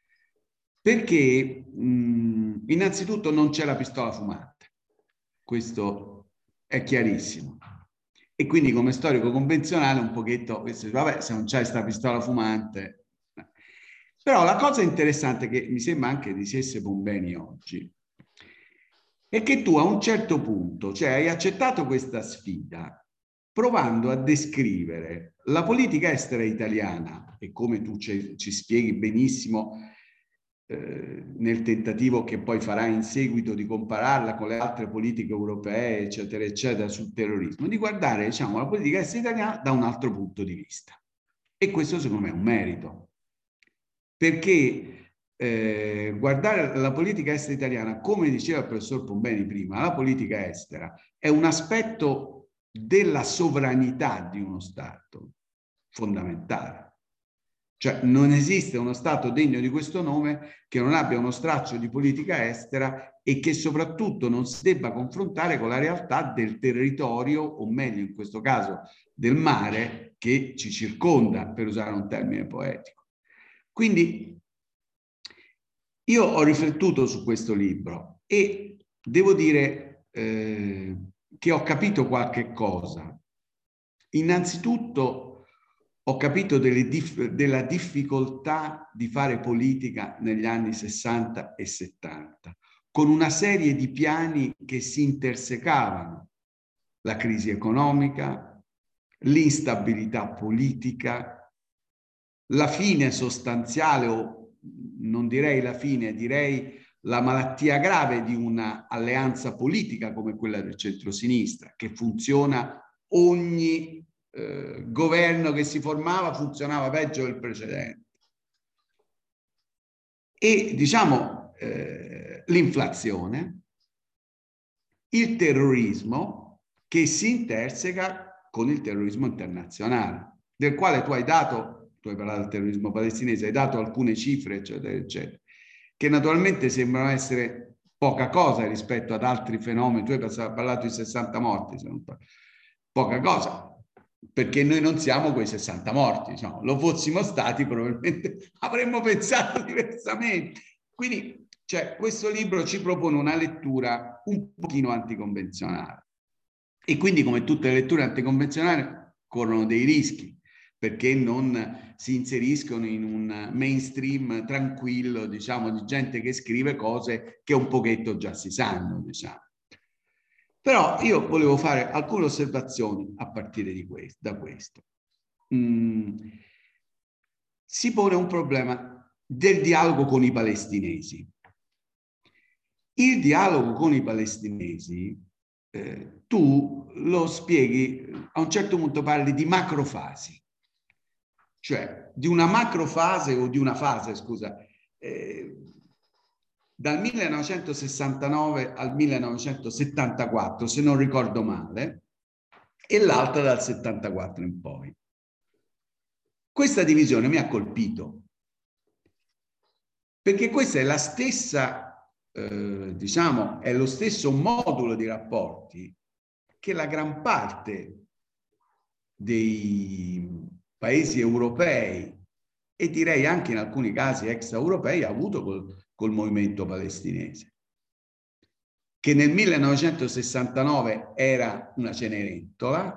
Perché mh, innanzitutto non c'è la pistola fumante. Questo è chiarissimo. E quindi come storico convenzionale un pochetto, questo, vabbè, se non c'è questa pistola fumante. Però la cosa interessante che mi sembra anche dicesse Pombeni oggi è che tu a un certo punto, cioè hai accettato questa sfida, provando a descrivere la politica estera italiana, e come tu ci, ci spieghi benissimo eh, nel tentativo che poi farai in seguito di compararla con le altre politiche europee, eccetera, eccetera, sul terrorismo, di guardare, diciamo, la politica estera italiana da un altro punto di vista. E questo secondo me è un merito, perché Eh, guardare la politica estera italiana, come diceva il professor Pombeni prima, la politica estera è un aspetto della sovranità di uno Stato fondamentale. Cioè non esiste uno Stato degno di questo nome che non abbia uno straccio di politica estera e che soprattutto non si debba confrontare con la realtà del territorio, o meglio in questo caso del mare, che ci circonda, per usare un termine poetico. Quindi io ho riflettuto su questo libro e devo dire eh, che ho capito qualche cosa. Innanzitutto ho capito delle dif- della difficoltà di fare politica negli anni sessanta e settanta, con una serie di piani che si intersecavano: la crisi economica, l'instabilità politica, la fine sostanziale, o non direi la fine, direi la malattia grave di una alleanza politica come quella del centrosinistra, che funziona ogni eh, governo che si formava funzionava peggio del precedente. E diciamo eh, l'inflazione, il terrorismo che si interseca con il terrorismo internazionale, del quale tu hai dato, tu hai parlato del terrorismo palestinese, hai dato alcune cifre, eccetera, eccetera, che naturalmente sembrano essere poca cosa rispetto ad altri fenomeni. Tu hai parlato di sessanta morti, se non poca cosa, perché noi non siamo quei sessanta morti, diciamo. Lo fossimo stati probabilmente avremmo pensato diversamente. Quindi cioè, questo libro ci propone una lettura un pochino anticonvenzionale e quindi, come tutte le letture anticonvenzionali, corrono dei rischi, perché non si inseriscono in un mainstream tranquillo, diciamo, di gente che scrive cose che un pochetto già si sanno, diciamo. Però io volevo fare alcune osservazioni a partire di questo, da questo. Mm. Si pone un problema del dialogo con i palestinesi. Il dialogo con i palestinesi, eh, tu lo spieghi, a un certo punto parli di macrofasi, cioè di una macrofase o di una fase, scusa, eh, dal millenovecentosessantanove al millenovecentosettantaquattro, se non ricordo male, e l'altra dal settantaquattro in poi. Questa divisione mi ha colpito, perché questa è la stessa, eh, diciamo, è lo stesso modulo di rapporti che la gran parte dei paesi europei e direi anche in alcuni casi extraeuropei ha avuto col, col movimento palestinese, che nel millenovecentosessantanove era una cenerentola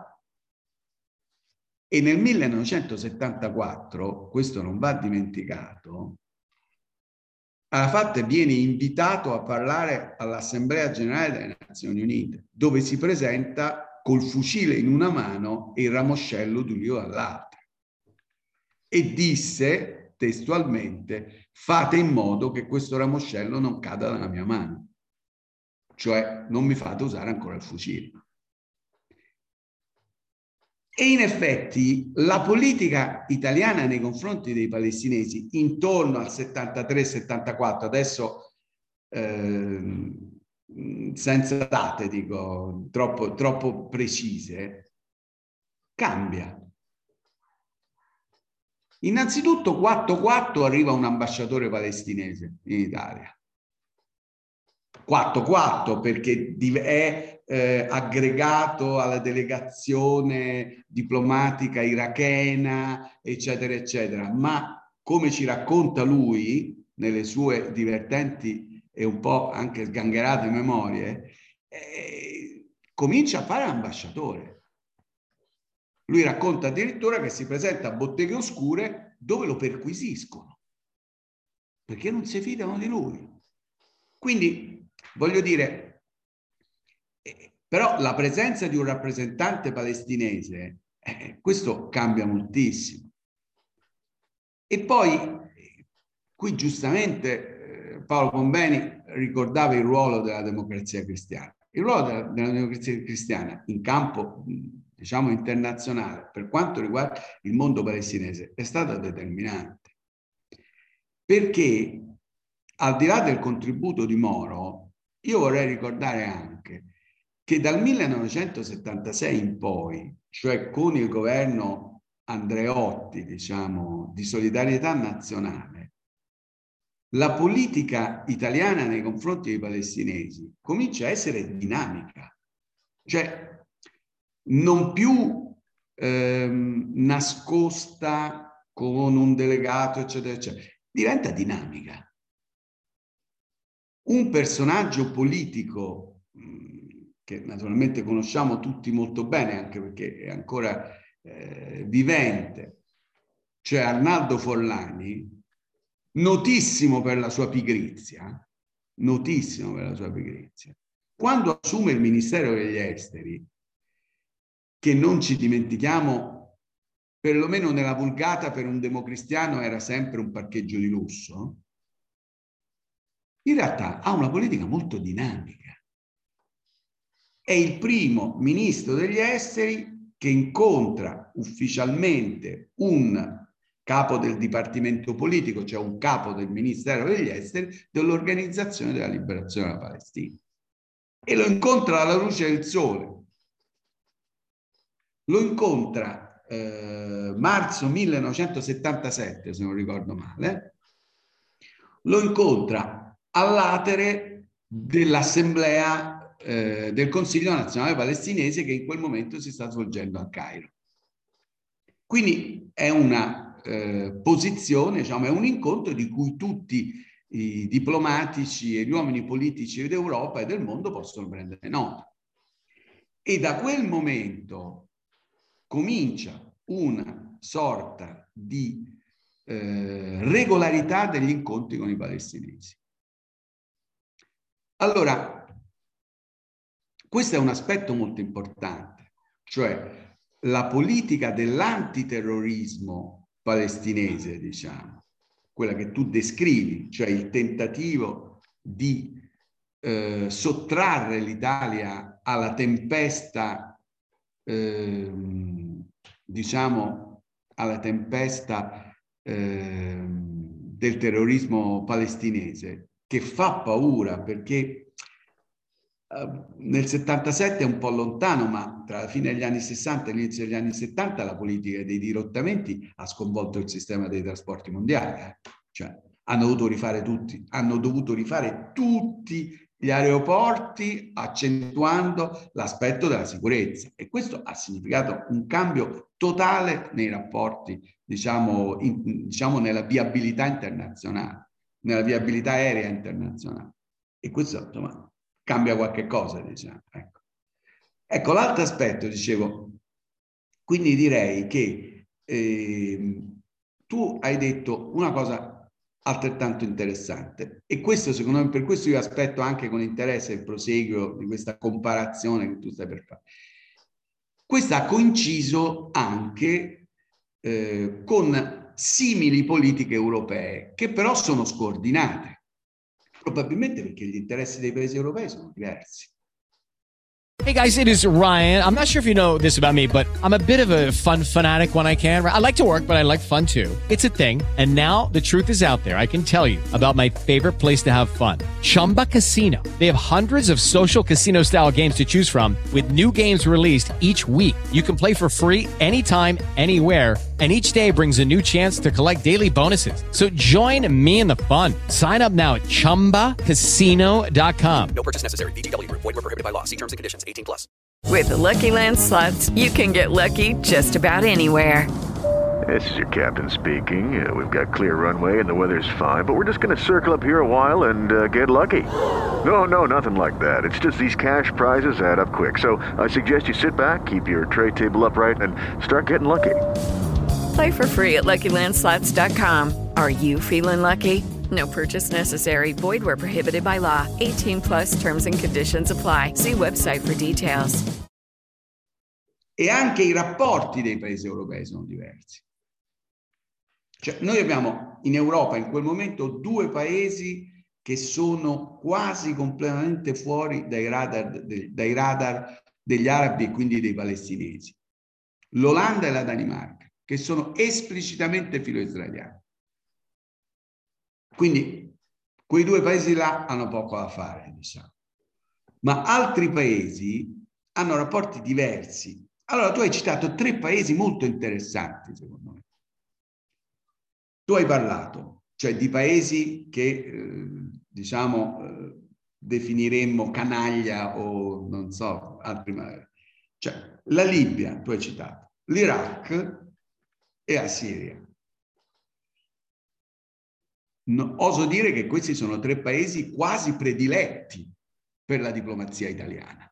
e nel millenovecentosettantaquattro, questo non va dimenticato, Arafat viene invitato a parlare all'Assemblea Generale delle Nazioni Unite, dove si presenta col fucile in una mano e il ramoscello d'olio dall'altra. E disse testualmente: fate in modo che questo ramoscello non cada dalla mia mano, cioè non mi fate usare ancora il fucile. E in effetti la politica italiana nei confronti dei palestinesi intorno al settantatré settantaquattro, adesso eh, senza date dico troppo, troppo precise, cambia. Innanzitutto quattro quattro arriva un ambasciatore palestinese in Italia. quattro quattro perché è eh, aggregato alla delegazione diplomatica irachena, eccetera, eccetera. Ma come ci racconta lui nelle sue divertenti e un po' anche sgangherate memorie, eh, comincia a fare l'ambasciatore. Lui racconta addirittura che si presenta a Botteghe Oscure dove lo perquisiscono, perché non si fidano di lui. Quindi, voglio dire, eh, però la presenza di un rappresentante palestinese, eh, questo cambia moltissimo. E poi, eh, qui giustamente eh, Paolo Conbeni ricordava il ruolo della democrazia cristiana. Il ruolo della, della democrazia cristiana in campo, diciamo, internazionale, per quanto riguarda il mondo palestinese, è stata determinante. Perché, al di là del contributo di Moro, io vorrei ricordare anche che dal millenovecentosettantasei in poi, cioè con il governo Andreotti, diciamo, di solidarietà nazionale, la politica italiana nei confronti dei palestinesi comincia a essere dinamica, cioè non più ehm, nascosta con un delegato, eccetera, eccetera, diventa dinamica. Un personaggio politico mh, che naturalmente conosciamo tutti molto bene, anche perché è ancora eh, vivente, cioè Arnaldo Forlani, notissimo per la sua pigrizia, notissimo per la sua pigrizia, quando assume il Ministero degli Esteri, che non ci dimentichiamo, perlomeno nella vulgata per un democristiano era sempre un parcheggio di lusso, in realtà ha una politica molto dinamica. È il primo ministro degli esteri che incontra ufficialmente un capo del dipartimento politico, cioè un capo del Ministero degli Esteri, dell'Organizzazione della Liberazione della Palestina. E lo incontra alla luce del sole. Lo incontra eh, marzo millenovecentosettantasette, se non ricordo male, lo incontra all'atere dell'assemblea eh, del Consiglio nazionale palestinese che in quel momento si sta svolgendo a Cairo. Quindi è una eh, posizione, diciamo, è un incontro di cui tutti i diplomatici e gli uomini politici d'Europa e del mondo possono prendere nota. E da quel momento comincia una sorta di eh, regolarità degli incontri con i palestinesi. Allora, questo è un aspetto molto importante, cioè la politica dell'antiterrorismo palestinese, diciamo, quella che tu descrivi, cioè il tentativo di eh, sottrarre l'Italia alla tempesta, eh, diciamo, alla tempesta eh, del terrorismo palestinese, che fa paura perché Uh, nel settantasette è un po' lontano, ma tra la fine degli anni sessanta e l'inizio degli anni settanta la politica dei dirottamenti ha sconvolto il sistema dei trasporti mondiali. Eh? Cioè, hanno dovuto rifare tutti, hanno dovuto rifare tutti gli aeroporti, accentuando l'aspetto della sicurezza. E questo ha significato un cambio totale nei rapporti, diciamo, in, diciamo nella viabilità internazionale, nella viabilità aerea internazionale. E questo, insomma, cambia qualche cosa, diciamo. Ecco, ecco l'altro aspetto, dicevo, quindi direi che eh, tu hai detto una cosa altrettanto interessante e questo secondo me, per questo io aspetto anche con interesse il proseguo di questa comparazione che tu stai per fare. Questo ha coinciso anche eh, con simili politiche europee che però sono scordinate. Probabilmente perché gli interessi dei paesi europei sono diversi. Hey guys, it is Ryan. I'm not sure if you know this about me, but I'm a bit of a fun fanatic when I can. I like to work, but I like fun too. It's a thing. And now the truth is out there. I can tell you about my favorite place to have fun. Chumba Casino. They have hundreds of social casino style games to choose from with new games released each week. You can play for free anytime, anywhere. And each day brings a new chance to collect daily bonuses. So join me in the fun. Sign up now at chumba casino dot com. No purchase necessary. V G W. Void where prohibited by law. See terms and conditions. eighteen plus. With the Lucky Land Slots, you can get lucky just about anywhere. This is your captain speaking. Uh, we've got clear runway and the weather's fine, but we're just going to circle up here a while and uh, get lucky. No, no, nothing like that. It's just these cash prizes add up quick. So I suggest you sit back, keep your tray table upright, and start getting lucky. Play for free at Lucky Land Slots dot com. Are you feeling lucky? No purchase necessary. Void where prohibited by law. eighteen plus terms and conditions apply. See website for details. E anche i rapporti dei paesi europei sono diversi. Cioè, noi abbiamo in Europa in quel momento due paesi che sono quasi completamente fuori dai radar, dai radar degli arabi e quindi dei palestinesi. L'Olanda e la Danimarca, che sono esplicitamente filo-israeliani. Quindi quei due paesi là hanno poco da fare, diciamo. Ma altri paesi hanno rapporti diversi Allora, tu hai citato tre paesi molto interessanti, secondo me. Tu hai parlato, cioè di paesi che, eh, diciamo, eh, definiremmo canaglia o non so, altri. Cioè, la Libia, tu hai citato, l'Iraq e la Siria. No, oso dire che questi sono tre paesi quasi prediletti per la diplomazia italiana.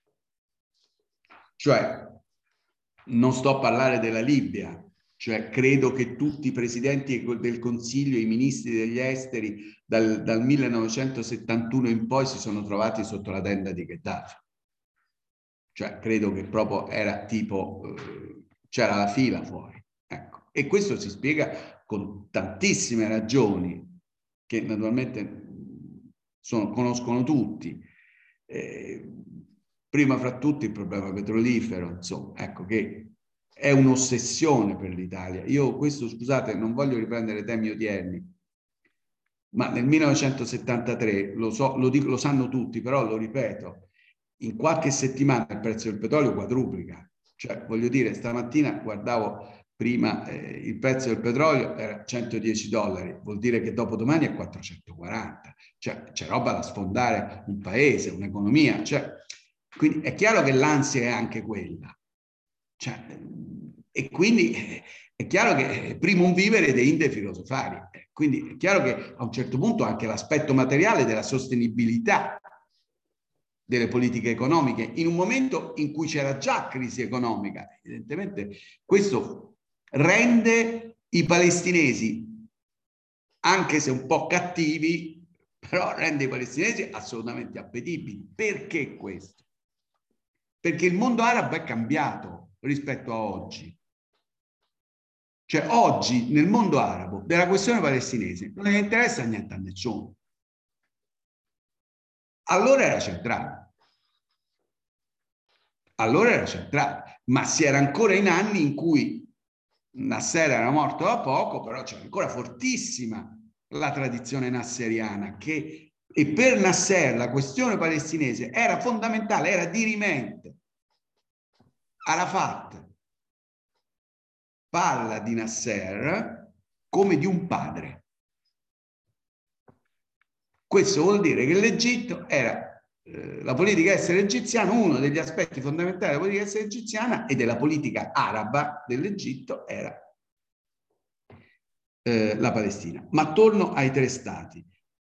Cioè, non sto a parlare della Libia, cioè credo che tutti i presidenti del Consiglio, i ministri degli esteri dal, dal millenovecentosettantuno in poi si sono trovati sotto la tenda di Gheddafi. Cioè, credo che proprio era tipo, eh, c'era la fila fuori. Ecco. E questo si spiega con tantissime ragioni che naturalmente sono, conoscono tutti. Eh, prima fra tutti il problema petrolifero, insomma, ecco che è un'ossessione per l'Italia. Io questo, scusate, non voglio riprendere temi odierni, ma nel millenovecentosettantatré, lo, so, lo, dico, lo sanno tutti, però lo ripeto, in qualche settimana il prezzo del petrolio quadruplica. Cioè, voglio dire, stamattina guardavo prima eh, il prezzo del petrolio era centodieci dollari, vuol dire che dopodomani è quattrocentoquaranta. Cioè, c'è roba da sfondare un paese, un'economia. Cioè, quindi è chiaro che l'ansia è anche quella. Cioè, e quindi eh, è chiaro che primum vivere deinde filosofari. Quindi è chiaro che a un certo punto anche l'aspetto materiale della sostenibilità delle politiche economiche, in un momento in cui c'era già crisi economica, evidentemente questo rende i palestinesi, anche se un po' cattivi, però rende i palestinesi assolutamente appetibili. Perché questo? Perché il mondo arabo è cambiato rispetto a oggi. Cioè oggi nel mondo arabo della questione palestinese non ne interessa niente a nessuno. Allora era centrale. Allora era centrale, ma si era ancora in anni in cui Nasser era morto da poco, però c'era ancora fortissima la tradizione nasseriana, che, e per Nasser la questione palestinese era fondamentale, era dirimente. Arafat parla di Nasser come di un padre. Questo vuol dire che l'Egitto era eh, la politica estera egiziana, uno degli aspetti fondamentali della politica estera egiziana e della politica araba dell'Egitto era eh, la Palestina. Ma torno ai tre stati.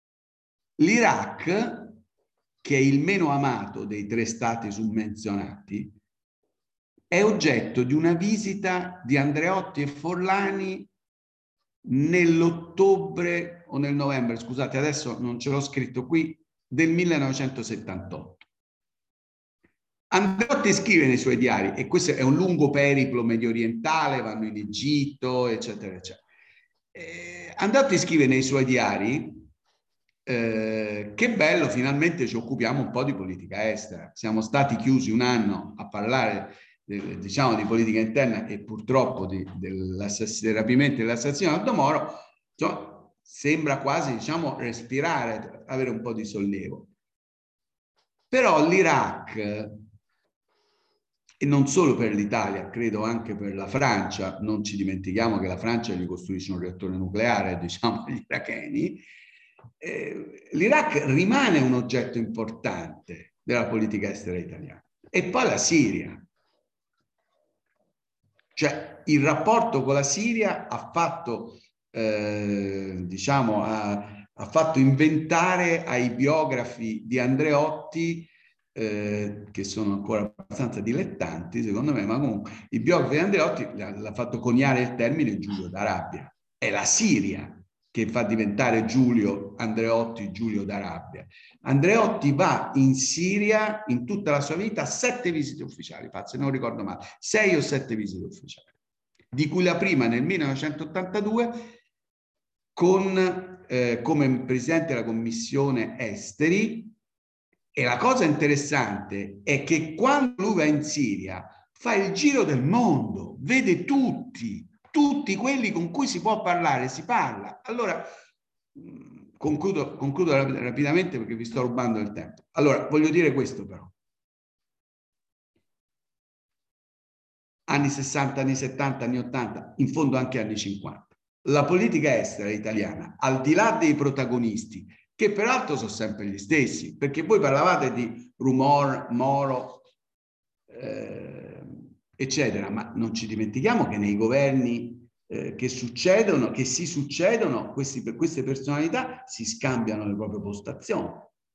L'Iraq, che è il meno amato dei tre stati summenzionati, è oggetto di una visita di Andreotti e Forlani nell'ottobre o nel novembre, scusate, adesso non ce l'ho scritto qui, del millenovecentosettantotto. Andreotti scrive nei suoi diari, e questo è un lungo periplo medio orientale, vanno in Egitto, eccetera, eccetera. Eh, Andreotti scrive nei suoi diari eh, che bello, finalmente ci occupiamo un po' di politica estera. Siamo stati chiusi un anno a parlare diciamo di politica interna e purtroppo di, del rapimento e dell'assassinato di Aldo Moro, insomma, sembra quasi diciamo respirare, avere un po' di sollievo. Però l'Iraq, e non solo per l'Italia, credo anche per la Francia, non ci dimentichiamo che la Francia gli costruisce un reattore nucleare, diciamo, agli iracheni, eh, l'Iraq rimane un oggetto importante della politica estera italiana. E poi la Siria. Cioè il rapporto con la Siria ha fatto, eh, diciamo, ha, ha fatto inventare ai biografi di Andreotti, eh, che sono ancora abbastanza dilettanti secondo me, ma comunque i biografi di Andreotti l'ha fatto coniare il termine Giulio d'Arabia. È la Siria che fa diventare Giulio Andreotti Giulio d'Arabia. Andreotti va in Siria in tutta la sua vita a sette visite ufficiali, se non ricordo male, sei o sette visite ufficiali, di cui la prima nel millenovecentottantadue con, eh, come presidente della commissione esteri. E la cosa interessante è che quando lui va in Siria fa il giro del mondo, vede tutti, tutti quelli con cui si può parlare, si parla. Allora, concludo, concludo rapidamente perché vi sto rubando il tempo. Allora, voglio dire questo però. anni sessanta, anni settanta, anni ottanta, in fondo anche anni cinquanta. La politica estera italiana, al di là dei protagonisti, che peraltro sono sempre gli stessi, perché voi parlavate di Rumor, Moro, eh, eccetera, ma non ci dimentichiamo che nei governi eh, che succedono, che si succedono, questi, per queste personalità si scambiano le proprie postazioni.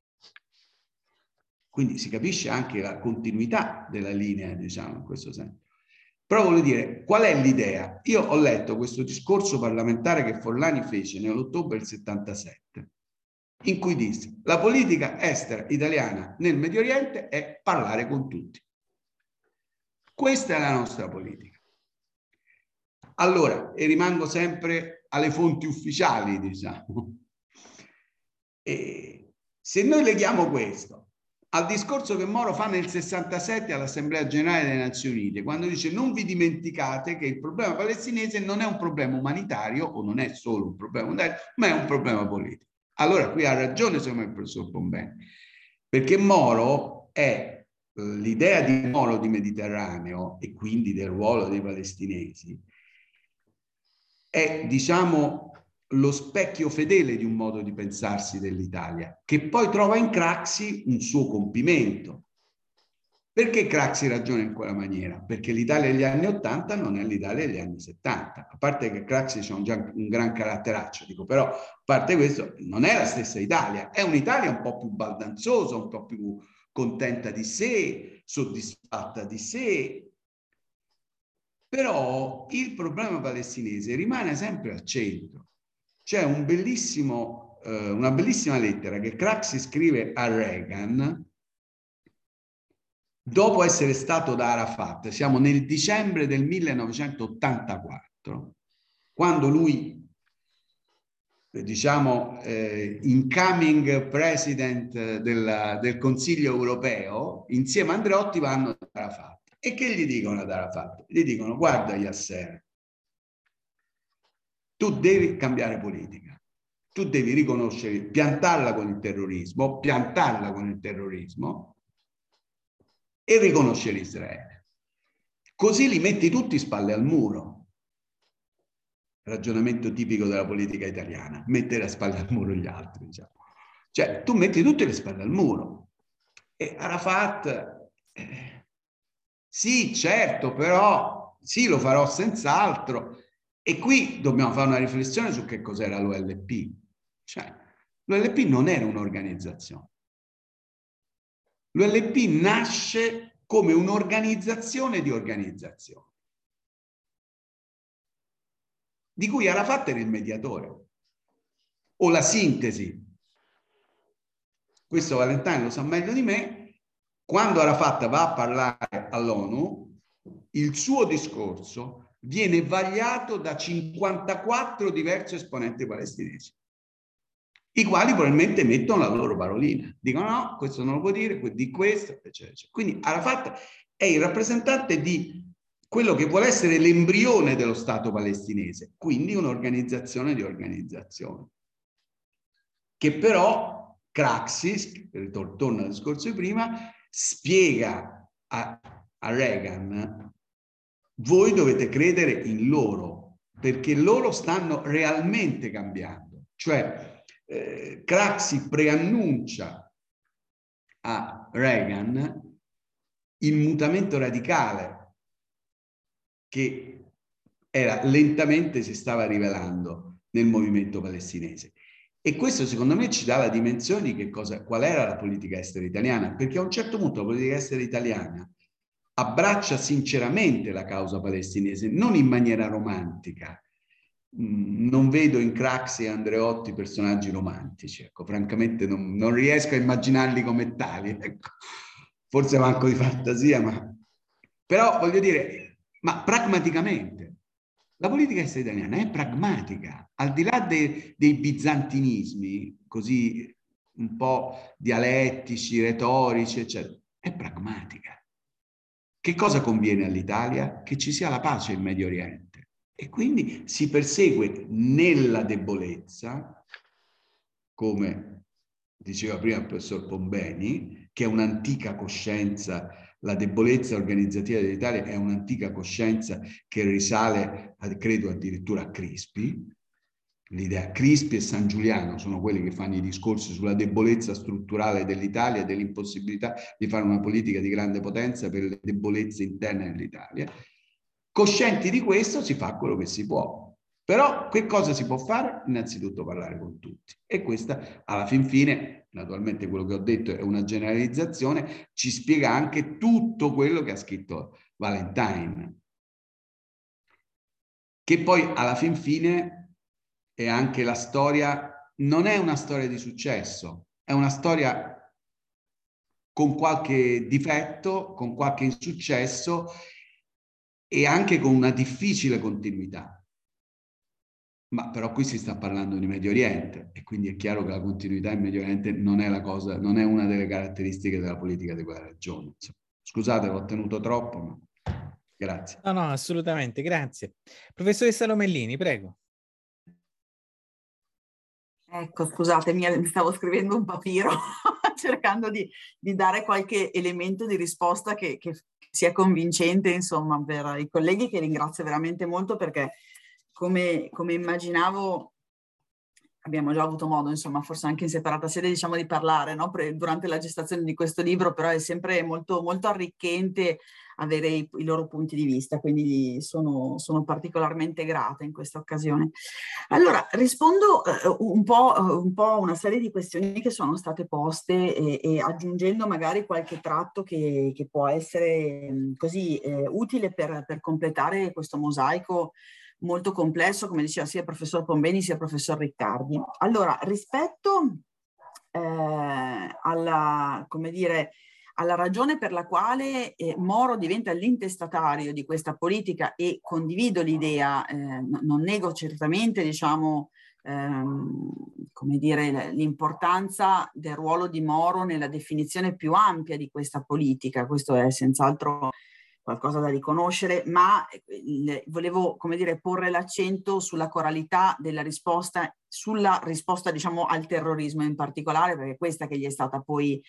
Quindi si capisce anche la continuità della linea, diciamo, in questo senso. Però voglio dire, qual è l'idea? Io ho letto questo discorso parlamentare che Forlani fece nell'ottobre del settantasette, in cui disse: la politica estera italiana nel Medio Oriente è parlare con tutti. Questa è la nostra politica. Allora, e rimango sempre alle fonti ufficiali, diciamo. E se noi leghiamo questo al discorso che Moro fa nel sessantasette all'Assemblea Generale delle Nazioni Unite, quando dice: non vi dimenticate che il problema palestinese non è un problema umanitario, o non è solo un problema umanitario, ma è un problema politico. Allora qui ha ragione secondo me il professor Pombeni, perché Moro è l'idea di Moro di Mediterraneo, e quindi del ruolo dei palestinesi, è, diciamo, lo specchio fedele di un modo di pensarsi dell'Italia, che poi trova in Craxi un suo compimento. Perché Craxi ragiona in quella maniera? Perché l'Italia degli anni ottanta non è l'Italia degli anni settanta, a parte che Craxi c'è un, un gran caratteraccio, dico, però a parte questo non è la stessa Italia, è un'Italia un po' più baldanzosa, un po' più contenta di sé, soddisfatta di sé. Però il problema palestinese rimane sempre al centro. C'è un bellissimo, eh, una bellissima lettera che Craxi scrive a Reagan dopo essere stato da Arafat. Siamo nel dicembre del millenovecentottantaquattro, quando lui, diciamo, eh, incoming president del, del Consiglio europeo, insieme a Andreotti vanno da Arafat. E che gli dicono ad Arafat? Gli dicono: guarda Yasser, tu devi cambiare politica, tu devi riconoscere, piantarla con il terrorismo, piantarla con il terrorismo e riconoscere Israele. Così li metti tutti spalle al muro. Ragionamento tipico della politica italiana, mettere a spalle al muro gli altri, diciamo. Cioè, tu metti tutte le spalle al muro. E Arafat, eh, sì, certo, però, sì, lo farò senz'altro. E qui dobbiamo fare una riflessione su che cos'era l'O L P. Cioè, l'O L P non era un'organizzazione. L'O L P nasce come un'organizzazione di organizzazioni, di cui Arafat era il mediatore, o la sintesi. Questo Valentino lo sa meglio di me. Quando Arafat va a parlare all'ONU, il suo discorso viene vagliato da cinquantaquattro diversi esponenti palestinesi, i quali probabilmente mettono la loro parolina. Dicono: no, questo non lo può dire, di questo, eccetera, eccetera. Quindi Arafat è il rappresentante di quello che vuole essere l'embrione dello Stato palestinese, quindi un'organizzazione di organizzazioni, che però Craxi, torno al discorso di prima, spiega a, a Reagan: voi dovete credere in loro, perché loro stanno realmente cambiando. Cioè, eh, Craxi preannuncia a Reagan il mutamento radicale che era lentamente si stava rivelando nel movimento palestinese. E questo secondo me ci dà la dimensione di che cosa, qual era la politica estera italiana, perché a un certo punto la politica estera italiana abbraccia sinceramente la causa palestinese, non in maniera romantica. Non vedo in Craxi e Andreotti personaggi romantici, ecco, francamente non, non riesco a immaginarli come tali, ecco. Forse manco di fantasia, ma però voglio dire, ma pragmaticamente, la politica estera italiana è pragmatica, al di là de, dei bizantinismi, così un po' dialettici, retorici, eccetera, è pragmatica. Che cosa conviene all'Italia? Che ci sia la pace in Medio Oriente. E quindi si persegue nella debolezza, come diceva prima il professor Pombeni, che è un'antica coscienza la debolezza organizzativa dell'Italia è un'antica coscienza che risale, credo, addirittura a Crispi. L'idea Crispi e San Giuliano sono quelli che fanno i discorsi sulla debolezza strutturale dell'Italia e dell'impossibilità di fare una politica di grande potenza per le debolezze interne dell'Italia. Coscienti di questo si fa quello che si può. Però che cosa si può fare? Innanzitutto parlare con tutti. E questa, alla fin fine, naturalmente quello che ho detto è una generalizzazione, ci spiega anche tutto quello che ha scritto Valentine. Che poi, alla fin fine, è anche la storia, non è una storia di successo, è una storia con qualche difetto, con qualche insuccesso e anche con una difficile continuità. Ma però qui si sta parlando di Medio Oriente e quindi è chiaro che la continuità in Medio Oriente non è la cosa, non è una delle caratteristiche della politica di quella regione. Scusate, l'ho tenuto troppo, ma grazie. No, no, assolutamente, grazie. Professoressa Lomellini, prego. Ecco, scusate, mi stavo scrivendo un papiro cercando di, di dare qualche elemento di risposta che, che sia convincente, insomma, per i colleghi, che ringrazio veramente molto, perché come, come immaginavo abbiamo già avuto modo, insomma, forse anche in separata sede, diciamo, di parlare, no? Pre- durante la gestazione di questo libro, però è sempre molto, molto arricchente avere i, i loro punti di vista, quindi sono, sono particolarmente grata in questa occasione. Allora, rispondo eh, un po', un po' a una serie di questioni che sono state poste e, e aggiungendo magari qualche tratto che, che può essere mh, così eh, utile per, per completare questo mosaico molto complesso, come diceva sia il professor Pombeni sia il professor Riccardi. Allora, rispetto eh, alla, come dire, alla ragione per la quale eh, Moro diventa l'intestatario di questa politica, e condivido l'idea, eh, non nego certamente, diciamo, ehm, come dire, l'importanza del ruolo di Moro nella definizione più ampia di questa politica, questo è senz'altro qualcosa da riconoscere, ma eh, volevo, come dire, porre l'accento sulla coralità della risposta, sulla risposta, diciamo, al terrorismo in particolare, perché questa che gli è stata poi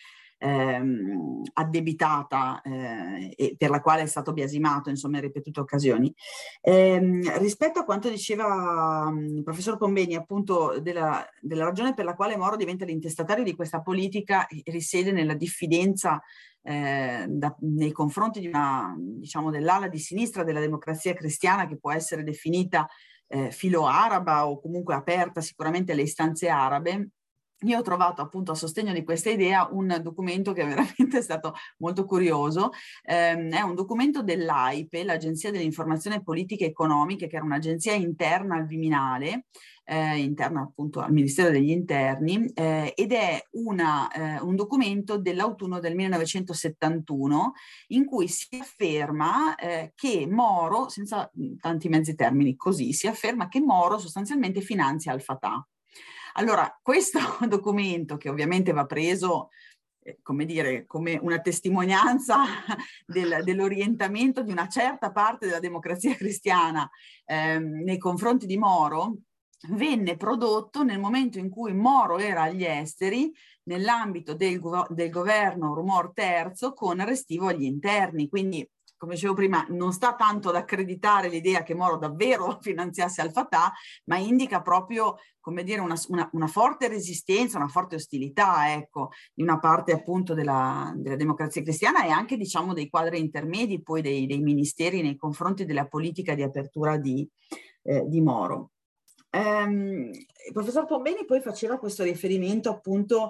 ehm, addebitata eh, e per la quale è stato biasimato, insomma, in ripetute occasioni. Ehm, rispetto a quanto diceva il professor Pombeni, appunto, della, della ragione per la quale Moro diventa l'intestatario di questa politica, risiede nella diffidenza Eh, da, nei confronti di una, diciamo, dell'ala di sinistra della Democrazia Cristiana, che può essere definita eh, filo-araba o comunque aperta sicuramente alle istanze arabe. Io ho trovato appunto a sostegno di questa idea un documento che veramente è stato molto curioso, eh, è un documento dell'A I P E, l'Agenzia delle Informazioni Politiche e Economiche, che era un'agenzia interna al Viminale, eh, interna appunto al Ministero degli Interni, eh, ed è una, eh, un documento dell'autunno del millenovecentosettantuno in cui si afferma eh, che Moro, senza tanti mezzi termini, così si afferma che Moro sostanzialmente finanzia Al-Fatah. Allora, questo documento, che ovviamente va preso, eh, come dire, come una testimonianza del, dell'orientamento di una certa parte della Democrazia Cristiana eh, nei confronti di Moro, venne prodotto nel momento in cui Moro era agli esteri, nell'ambito del, del governo Rumor terzo, con restivo agli interni. Quindi, come dicevo prima, non sta tanto ad accreditare l'idea che Moro davvero finanziasse Al-Fatah, ma indica proprio, come dire, una, una, una forte resistenza, una forte ostilità, ecco, di una parte appunto della, della Democrazia Cristiana, e anche, diciamo, dei quadri intermedi poi dei, dei ministeri nei confronti della politica di apertura di, eh, di Moro. Um, il professor Pombeni poi faceva questo riferimento appunto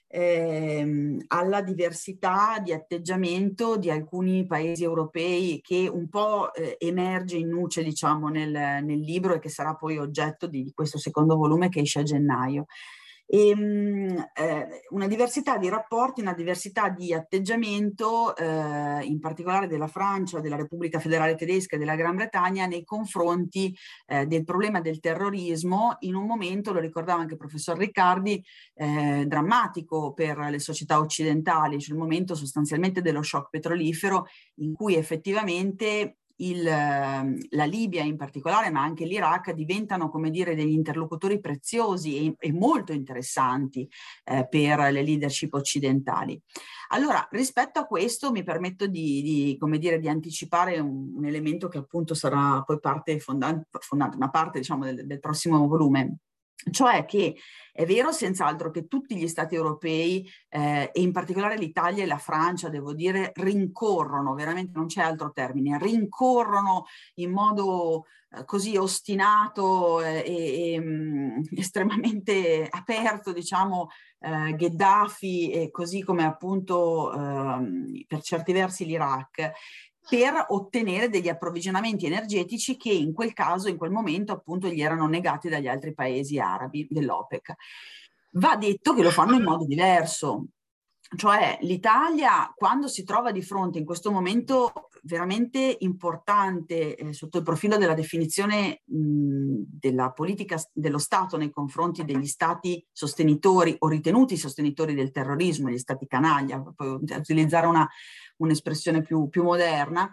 ehm, alla diversità di atteggiamento di alcuni paesi europei, che un po' eh, emerge in nuce, diciamo, nel, nel libro, e che sarà poi oggetto di, di questo secondo volume che esce a gennaio. E, eh, una diversità di rapporti, una diversità di atteggiamento, eh, in particolare della Francia, della Repubblica Federale Tedesca e della Gran Bretagna nei confronti eh, del problema del terrorismo, in un momento, lo ricordava anche il professor Riccardi, eh, drammatico per le società occidentali, cioè il momento sostanzialmente dello shock petrolifero, in cui effettivamente il, la Libia in particolare, ma anche l'Iraq, diventano, come dire, degli interlocutori preziosi e, e molto interessanti eh, per le leadership occidentali. Allora, rispetto a questo mi permetto di, di, come dire, di anticipare un, un elemento che appunto sarà poi parte fondante, fondante una parte, diciamo, del, del prossimo volume. Cioè che è vero senz'altro che tutti gli stati europei eh, e in particolare l'Italia e la Francia, devo dire, rincorrono, veramente non c'è altro termine, rincorrono in modo eh, così ostinato eh, e, e mh, estremamente aperto, diciamo, eh, Gheddafi, e così come appunto eh, per certi versi l'Iraq, per ottenere degli approvvigionamenti energetici che in quel caso, in quel momento, appunto, gli erano negati dagli altri paesi arabi dell'OPEC. Va detto che lo fanno in modo diverso. Cioè l'Italia, quando si trova di fronte in questo momento veramente importante eh, sotto il profilo della definizione mh, della politica dello Stato nei confronti degli stati sostenitori o ritenuti sostenitori del terrorismo, gli stati canaglia, poi utilizzare una un'espressione più, più moderna,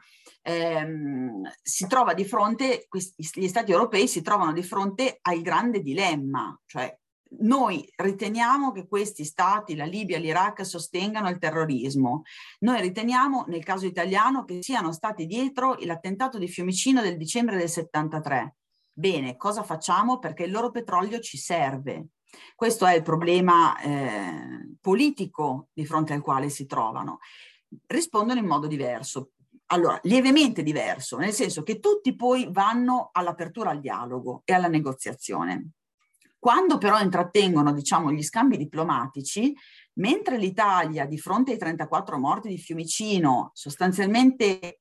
ehm, si trova di fronte, questi, gli stati europei si trovano di fronte al grande dilemma, cioè noi riteniamo che questi stati, la Libia e l'Iraq, sostengano il terrorismo. Noi riteniamo, nel caso italiano, che siano stati dietro l'attentato di Fiumicino del dicembre del settantatré. Bene, cosa facciamo? Perché il loro petrolio ci serve. Questo è il problema eh, politico di fronte al quale si trovano. Rispondono in modo diverso, allora lievemente diverso, nel senso che tutti poi vanno all'apertura al dialogo e alla negoziazione. Quando però intrattengono, diciamo, gli scambi diplomatici, mentre l'Italia di fronte ai trentaquattro morti di Fiumicino sostanzialmente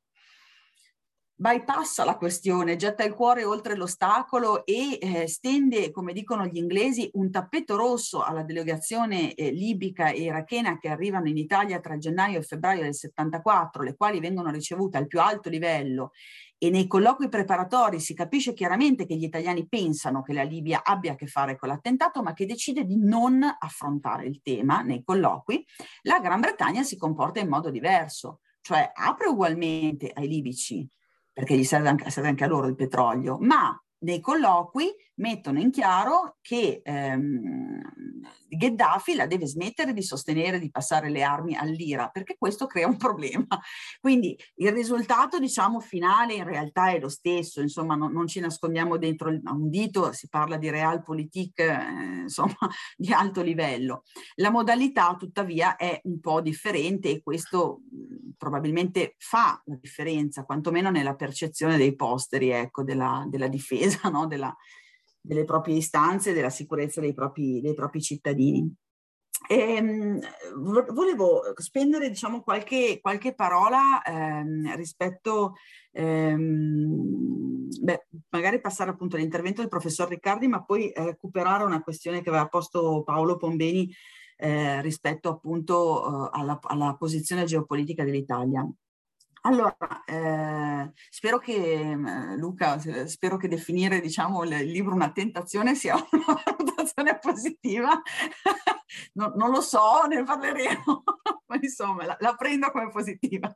bypassa la questione, getta il cuore oltre l'ostacolo e eh, stende, come dicono gli inglesi, un tappeto rosso alla delegazione eh, libica e irachena che arrivano in Italia tra gennaio e febbraio del settantaquattro, le quali vengono ricevute al più alto livello, e nei colloqui preparatori si capisce chiaramente che gli italiani pensano che la Libia abbia a che fare con l'attentato, ma che decide di non affrontare il tema nei colloqui. La Gran Bretagna si comporta in modo diverso, cioè apre ugualmente ai libici, perché gli serve anche, serve anche a loro il petrolio, ma nei colloqui mettono in chiaro che ehm, Gheddafi la deve smettere di sostenere, di passare le armi all'Ira, perché questo crea un problema. Quindi il risultato, diciamo, finale in realtà è lo stesso, insomma non, non ci nascondiamo dentro un dito, si parla di realpolitik, eh, insomma, di alto livello. La modalità tuttavia è un po' differente e questo mh, probabilmente fa la differenza, quantomeno nella percezione dei posteri, ecco, della, della difesa, no? della, delle proprie istanze, della sicurezza dei propri, dei propri cittadini. E, mh, volevo spendere, diciamo, qualche, qualche parola ehm, rispetto, ehm, beh, magari passare appunto all'intervento del professor Riccardi, ma poi eh, recuperare una questione che aveva posto Paolo Pombeni eh, rispetto appunto eh, alla, alla posizione geopolitica dell'Italia. Allora, eh, spero che, Luca, spero che definire, diciamo, il libro una tentazione sia una valutazione positiva. No, non lo so, ne parleremo, ma insomma la, la prendo come positiva.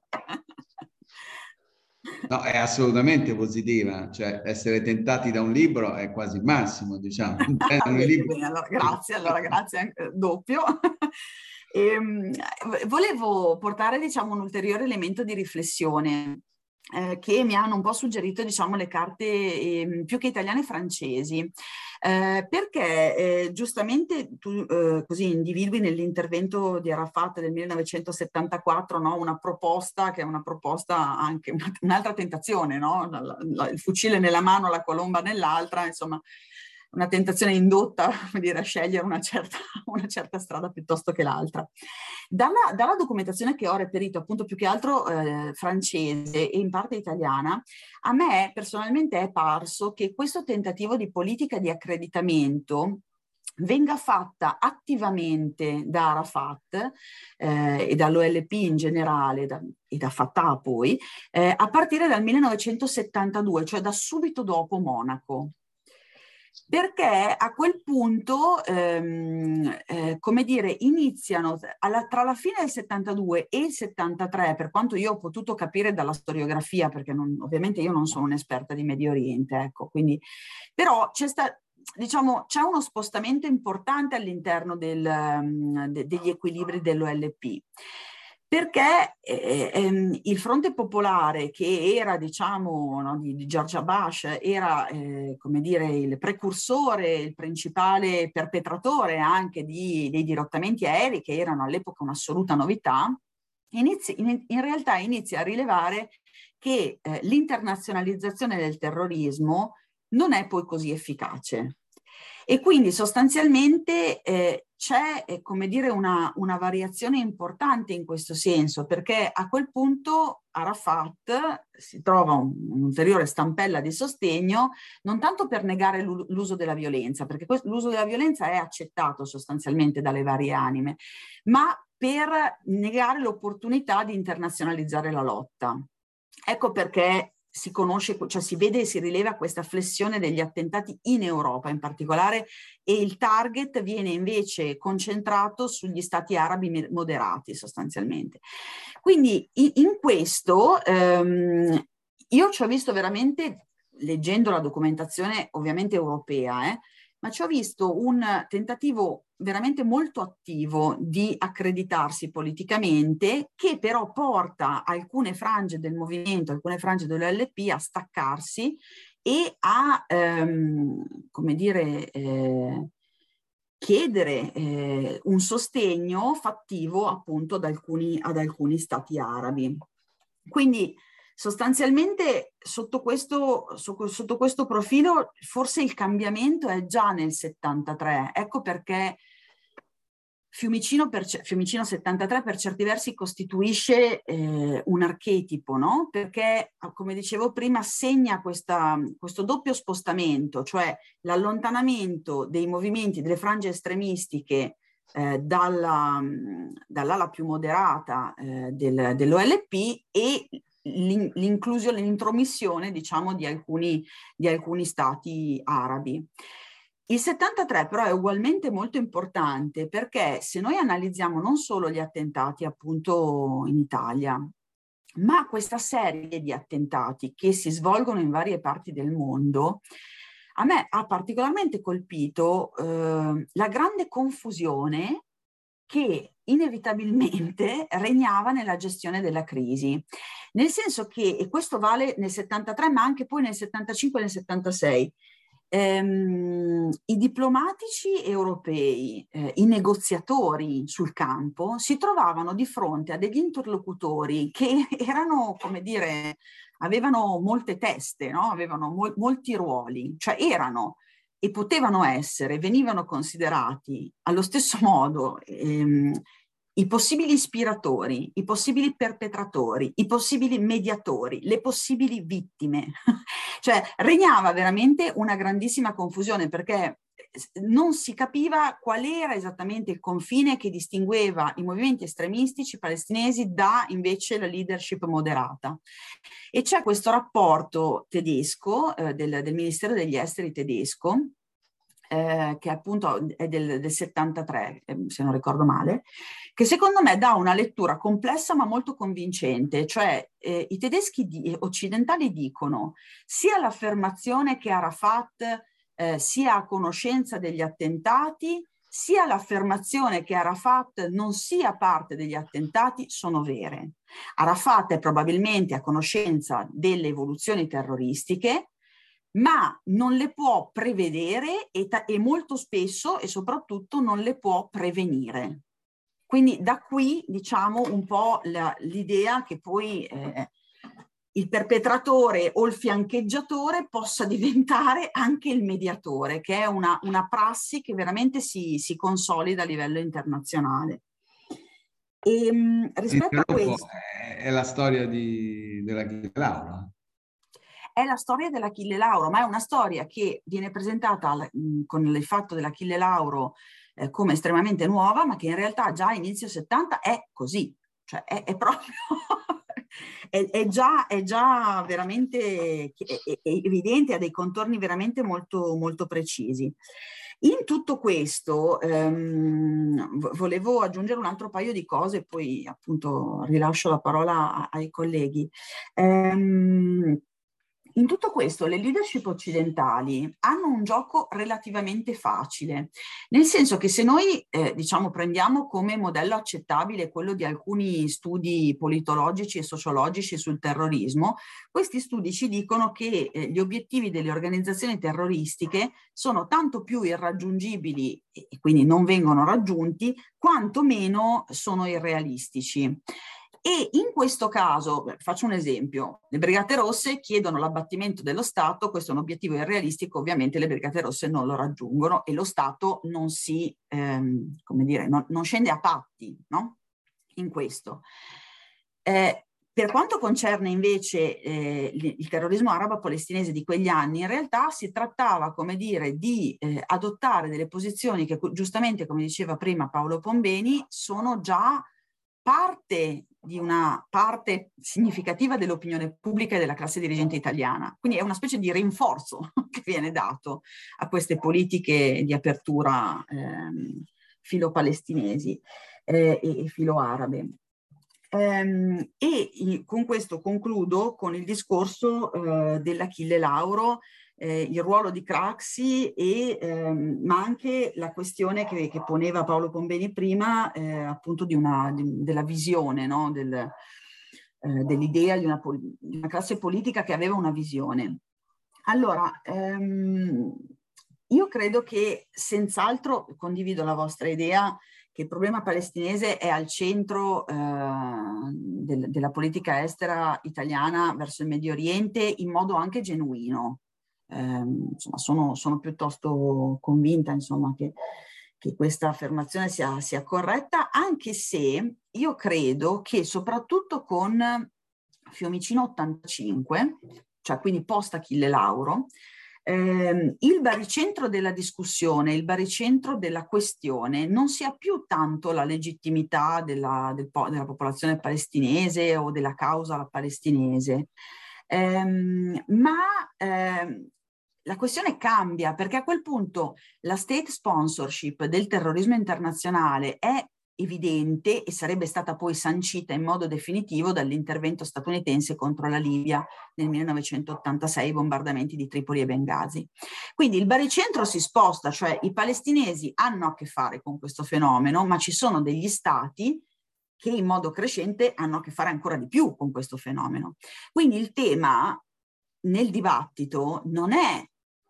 No, è assolutamente positiva, cioè essere tentati da un libro è quasi il massimo, diciamo. bene, bene, allora, grazie, allora grazie anche doppio. E, volevo portare, diciamo, un ulteriore elemento di riflessione eh, che mi hanno un po' suggerito, diciamo, le carte eh, più che italiane francesi, eh, perché eh, giustamente tu eh, così individui nell'intervento di Arafat del millenovecentosettantaquattro, no, una proposta che è una proposta anche una, un'altra tentazione, no? la, la, il fucile nella mano, la colomba nell'altra, insomma una tentazione indotta, come dire, a scegliere una certa, una certa strada piuttosto che l'altra. Dalla, dalla documentazione che ho reperito, appunto più che altro eh, francese e in parte italiana, a me personalmente è parso che questo tentativo di politica di accreditamento venga fatta attivamente da Arafat eh, e dall'O L P in generale da, e da Fatah poi, eh, a partire dal millenovecentosettantadue, cioè da subito dopo Monaco. Perché a quel punto, ehm, eh, come dire, iniziano alla, tra la fine del settantadue e il settantatré, per quanto io ho potuto capire dalla storiografia, perché non, ovviamente io non sono un'esperta di Medio Oriente, ecco, quindi, però c'è sta, diciamo, c'è uno spostamento importante all'interno del, um, de, degli equilibri dell'O L P. Perché eh, ehm, il Fronte Popolare, che era, diciamo, no, di, di George Abbas, era, eh, come dire, il precursore, il principale perpetratore anche di, dei dirottamenti aerei, che erano all'epoca un'assoluta novità, inizia, in, in realtà inizia a rilevare che eh, l'internazionalizzazione del terrorismo non è poi così efficace. E quindi sostanzialmente eh, c'è, eh, come dire, una, una variazione importante in questo senso, perché a quel punto Arafat si trova un, un'ulteriore stampella di sostegno, non tanto per negare l'uso della violenza, perché l'uso della violenza è accettato sostanzialmente dalle varie anime, ma per negare l'opportunità di internazionalizzare la lotta. Ecco perché si conosce, cioè si vede e si rileva questa flessione degli attentati in Europa in particolare, e il target viene invece concentrato sugli stati arabi moderati sostanzialmente. Quindi in questo ehm, io ci ho visto veramente, leggendo la documentazione ovviamente europea, eh, ma ci ho visto un tentativo veramente molto attivo di accreditarsi politicamente, che però porta alcune frange del movimento, alcune frange dell'O L P a staccarsi e a, ehm, come dire, eh, chiedere eh, un sostegno fattivo appunto ad alcuni, ad alcuni stati arabi. Quindi sostanzialmente sotto questo, sotto questo profilo forse il cambiamento è già nel settantatré, ecco perché Fiumicino, per, Fiumicino settantatré per certi versi costituisce eh, un archetipo, no? Perché, come dicevo prima, segna questa, questo doppio spostamento, cioè l'allontanamento dei movimenti, delle frange estremistiche eh, dalla, dall'ala più moderata eh, del, dell'O L P e l'inclusione, l'intromissione, diciamo, di alcuni, di alcuni stati arabi. Il settantatré però è ugualmente molto importante, perché se noi analizziamo non solo gli attentati appunto in Italia, ma questa serie di attentati che si svolgono in varie parti del mondo, a me ha particolarmente colpito eh, la grande confusione che inevitabilmente regnava nella gestione della crisi. Nel senso che, e questo vale nel settantatré ma anche poi nel settantacinque e nel settantasei, ehm, i diplomatici europei, eh, i negoziatori sul campo si trovavano di fronte a degli interlocutori che erano, come dire, avevano molte teste, no? Avevano mol- molti ruoli, cioè erano e potevano essere, venivano considerati allo stesso modo ehm, i possibili ispiratori, i possibili perpetratori, i possibili mediatori, le possibili vittime. Cioè regnava veramente una grandissima confusione, perché non si capiva qual era esattamente il confine che distingueva i movimenti estremistici palestinesi da invece la leadership moderata. E c'è questo rapporto tedesco eh, del, del Ministero degli Esteri tedesco, eh, che appunto è del, del settantatré, eh, se non ricordo male, che secondo me dà una lettura complessa ma molto convincente. Cioè eh, i tedeschi di, occidentali dicono sia l'affermazione che Arafat eh, sia a conoscenza degli attentati, sia l'affermazione che Arafat non sia parte degli attentati sono vere. Arafat è probabilmente a conoscenza delle evoluzioni terroristiche, ma non le può prevedere e, e molto spesso e soprattutto non le può prevenire. Quindi da qui, diciamo, un po' la, l'idea che poi eh, il perpetratore o il fiancheggiatore possa diventare anche il mediatore, che è una, una prassi che veramente si, si consolida a livello internazionale. E, mh, rispetto a questo... È la storia di, dell'Achille Lauro. È la storia dell'Achille Lauro, ma è una storia che viene presentata mh, con il fatto dell'Achille Lauro eh, come estremamente nuova, ma che in realtà già a inizio settanta è così, cioè è, è proprio è, è, già, è già veramente è, è evidente, ha dei contorni veramente molto, molto precisi. In tutto questo ehm, volevo aggiungere un altro paio di cose, poi appunto rilascio la parola a, ai colleghi. Ehm, In tutto questo le leadership occidentali hanno un gioco relativamente facile, nel senso che se noi eh, diciamo prendiamo come modello accettabile quello di alcuni studi politologici e sociologici sul terrorismo, questi studi ci dicono che eh, gli obiettivi delle organizzazioni terroristiche sono tanto più irraggiungibili e quindi non vengono raggiunti, quanto meno sono irrealistici. E in questo caso, beh, faccio un esempio, le Brigate Rosse chiedono l'abbattimento dello Stato, questo è un obiettivo irrealistico, ovviamente le Brigate Rosse non lo raggiungono e lo Stato non si, ehm, come dire, non, non scende a patti, no? In questo. Eh, per quanto concerne invece eh, il terrorismo arabo-palestinese di quegli anni, in realtà si trattava, come dire, di eh, adottare delle posizioni che giustamente, come diceva prima Paolo Pombeni, sono già parte di una parte significativa dell'opinione pubblica e della classe dirigente italiana. Quindi è una specie di rinforzo che viene dato a queste politiche di apertura ehm, filo-palestinesi eh, e, e filo-arabe. Ehm, e in, con questo concludo con il discorso eh, dell'Achille Lauro, eh, il ruolo di Craxi, e, ehm, ma anche la questione che, che poneva Paolo Pombeni prima, eh, appunto di una, di, della visione, no? Del, eh, dell'idea di una, di una classe politica che aveva una visione. Allora, ehm, io credo che senz'altro condivido la vostra idea che il problema palestinese è al centro eh, del, della politica estera italiana verso il Medio Oriente in modo anche genuino. Eh, insomma, sono, sono piuttosto convinta, insomma, che, che questa affermazione sia, sia corretta, anche se io credo che soprattutto con Fiumicino ottantacinque, cioè quindi post Achille Lauro, eh, il baricentro della discussione, il baricentro della questione non sia più tanto la legittimità della, del, della popolazione palestinese o della causa palestinese, ehm, ma ehm, la questione cambia, perché a quel punto la state sponsorship del terrorismo internazionale è evidente e sarebbe stata poi sancita in modo definitivo dall'intervento statunitense contro la Libia nel millenovecentottantasei, i bombardamenti di Tripoli e Bengasi. Quindi il baricentro si sposta, cioè i palestinesi hanno a che fare con questo fenomeno, ma ci sono degli stati che in modo crescente hanno a che fare ancora di più con questo fenomeno. Quindi il tema nel dibattito non è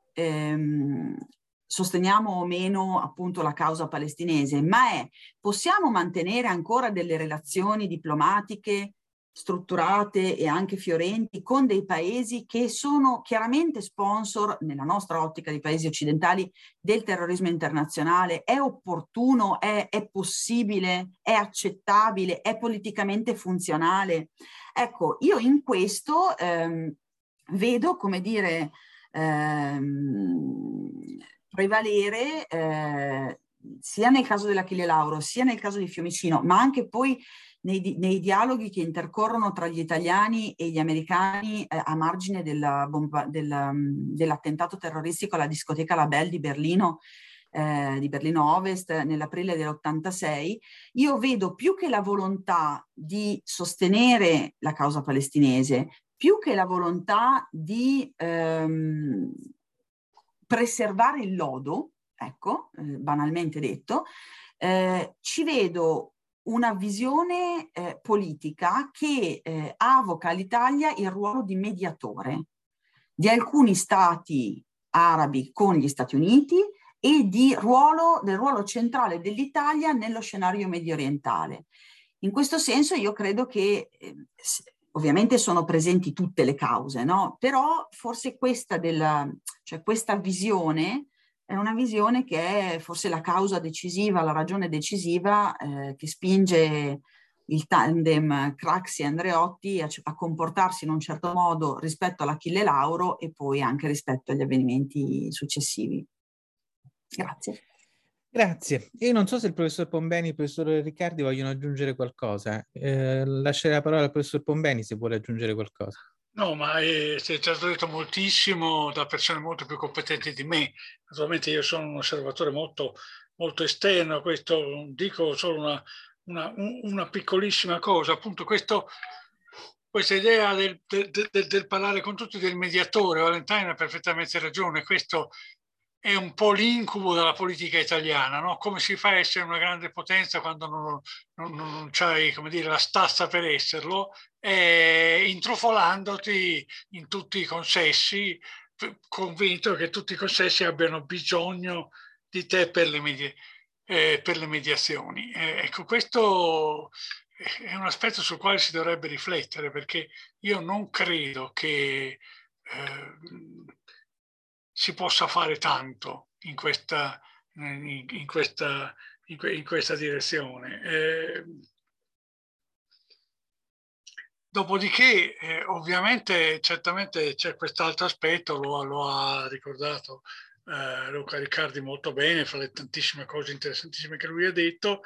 ehm, sosteniamo o meno appunto la causa palestinese, ma è possiamo mantenere ancora delle relazioni diplomatiche strutturate e anche fiorenti con dei paesi che sono chiaramente sponsor, nella nostra ottica di paesi occidentali, del terrorismo internazionale. È opportuno, è, è possibile, è accettabile, è politicamente funzionale? Ecco, io in questo ehm, vedo, come dire, ehm, prevalere eh, sia nel caso dell'Achille Lauro, sia nel caso di Fiumicino, ma anche poi nei, nei dialoghi che intercorrono tra gli italiani e gli americani eh, a margine della bomba, del, dell'attentato terroristico alla discoteca La Belle di Berlino, eh, di Berlino Ovest nell'aprile dell'ottantasei. Io vedo più che la volontà di sostenere la causa palestinese, più che la volontà di ehm, preservare il lodo, ecco, eh, banalmente detto, eh, ci vedo una visione eh, politica che eh, avoca all'Italia il ruolo di mediatore di alcuni stati arabi con gli Stati Uniti e di ruolo, del ruolo centrale dell'Italia nello scenario medio orientale. In questo senso io credo che eh, ovviamente sono presenti tutte le cause, no? Però forse questa, della, cioè questa visione è una visione che è forse la causa decisiva, la ragione decisiva eh, che spinge il tandem Craxi e Andreotti a, a comportarsi in un certo modo rispetto all'Achille Lauro e poi anche rispetto agli avvenimenti successivi. Grazie. Grazie. Io non so se il professor Pombeni e il professor Riccardi vogliono aggiungere qualcosa. Eh, lascerei la parola al professor Pombeni se vuole aggiungere qualcosa. No, ma è, è già detto moltissimo da persone molto più competenti di me. Naturalmente io sono un osservatore molto, molto esterno a questo, dico solo una, una, una piccolissima cosa, appunto questo, questa idea del, del, del, del parlare con tutti del mediatore. Valentine ha perfettamente ragione, questo è un po' l'incubo della politica italiana, no? Come si fa a essere una grande potenza quando non, non, non c'hai, come dire, la stazza per esserlo, e intrufolandoti in tutti i consessi, convinto che tutti i consessi abbiano bisogno di te per le, medie, eh, per le mediazioni. Eh, ecco, questo è un aspetto sul quale si dovrebbe riflettere, perché io non credo che eh, si possa fare tanto in questa, in, in questa, in que, in questa direzione. Eh, dopodiché, eh, ovviamente, certamente c'è quest'altro aspetto, lo, lo ha ricordato eh, Luca Riccardi molto bene, fra le tantissime cose interessantissime che lui ha detto,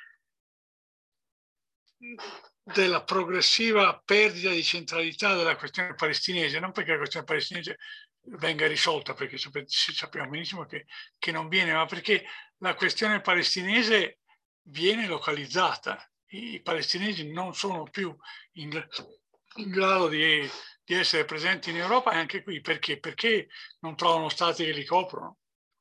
della progressiva perdita di centralità della questione palestinese, non perché la questione palestinese venga risolta, perché sappiamo benissimo che, che non viene, ma perché la questione palestinese viene localizzata. I palestinesi non sono più in, in grado di, di essere presenti in Europa, e anche qui perché? Perché non trovano stati che li coprono.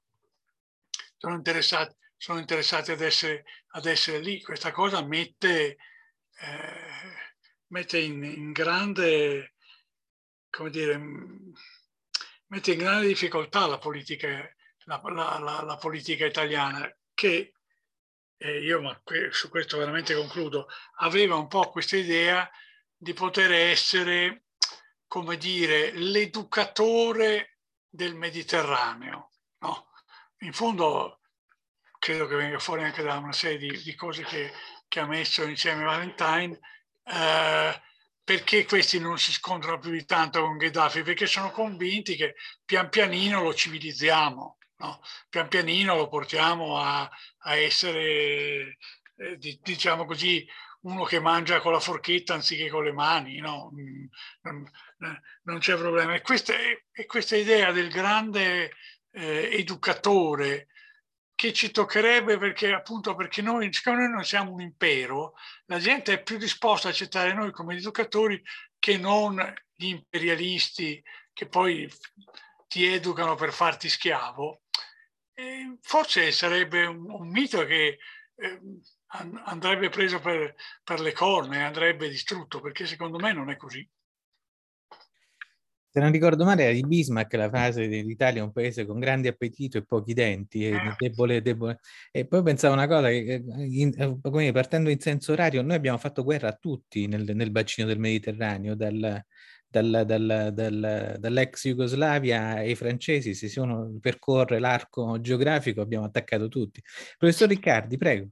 Sono interessati, sono interessati ad, essere, ad essere lì. Questa cosa mette, eh, mette in, in grande, come dire, mette in grande difficoltà la politica, la, la, la, la politica italiana, che eh, io, ma su questo veramente concludo, aveva un po' questa idea di poter essere, come dire, l'educatore del Mediterraneo, no? In fondo credo che venga fuori anche da una serie di, di cose che, che ha messo insieme Valentine, eh, perché questi non si scontrano più di tanto con Gheddafi? Perché sono convinti che pian pianino lo civilizziamo, no? Pian pianino lo portiamo a, a essere, eh, diciamo così, uno che mangia con la forchetta anziché con le mani, no? Non, non c'è problema. E questa, e questa idea del grande eh, educatore, che ci toccherebbe, perché appunto perché noi, siccome noi non siamo un impero, la gente è più disposta a accettare noi come educatori che non gli imperialisti che poi ti educano per farti schiavo. E forse sarebbe un, un mito che eh, andrebbe preso per, per le corna e andrebbe distrutto, perché secondo me non è così. Se non ricordo male, era di Bismarck la frase dell'Italia è un paese con grande appetito e pochi denti, e debole, debole. E poi pensavo una cosa, che in, come partendo in senso orario, noi abbiamo fatto guerra a tutti nel, nel bacino del Mediterraneo, dal, dal, dal, dal, dall'ex Jugoslavia ai francesi, se si uno percorre l'arco geografico abbiamo attaccato tutti. Professor Riccardi, prego.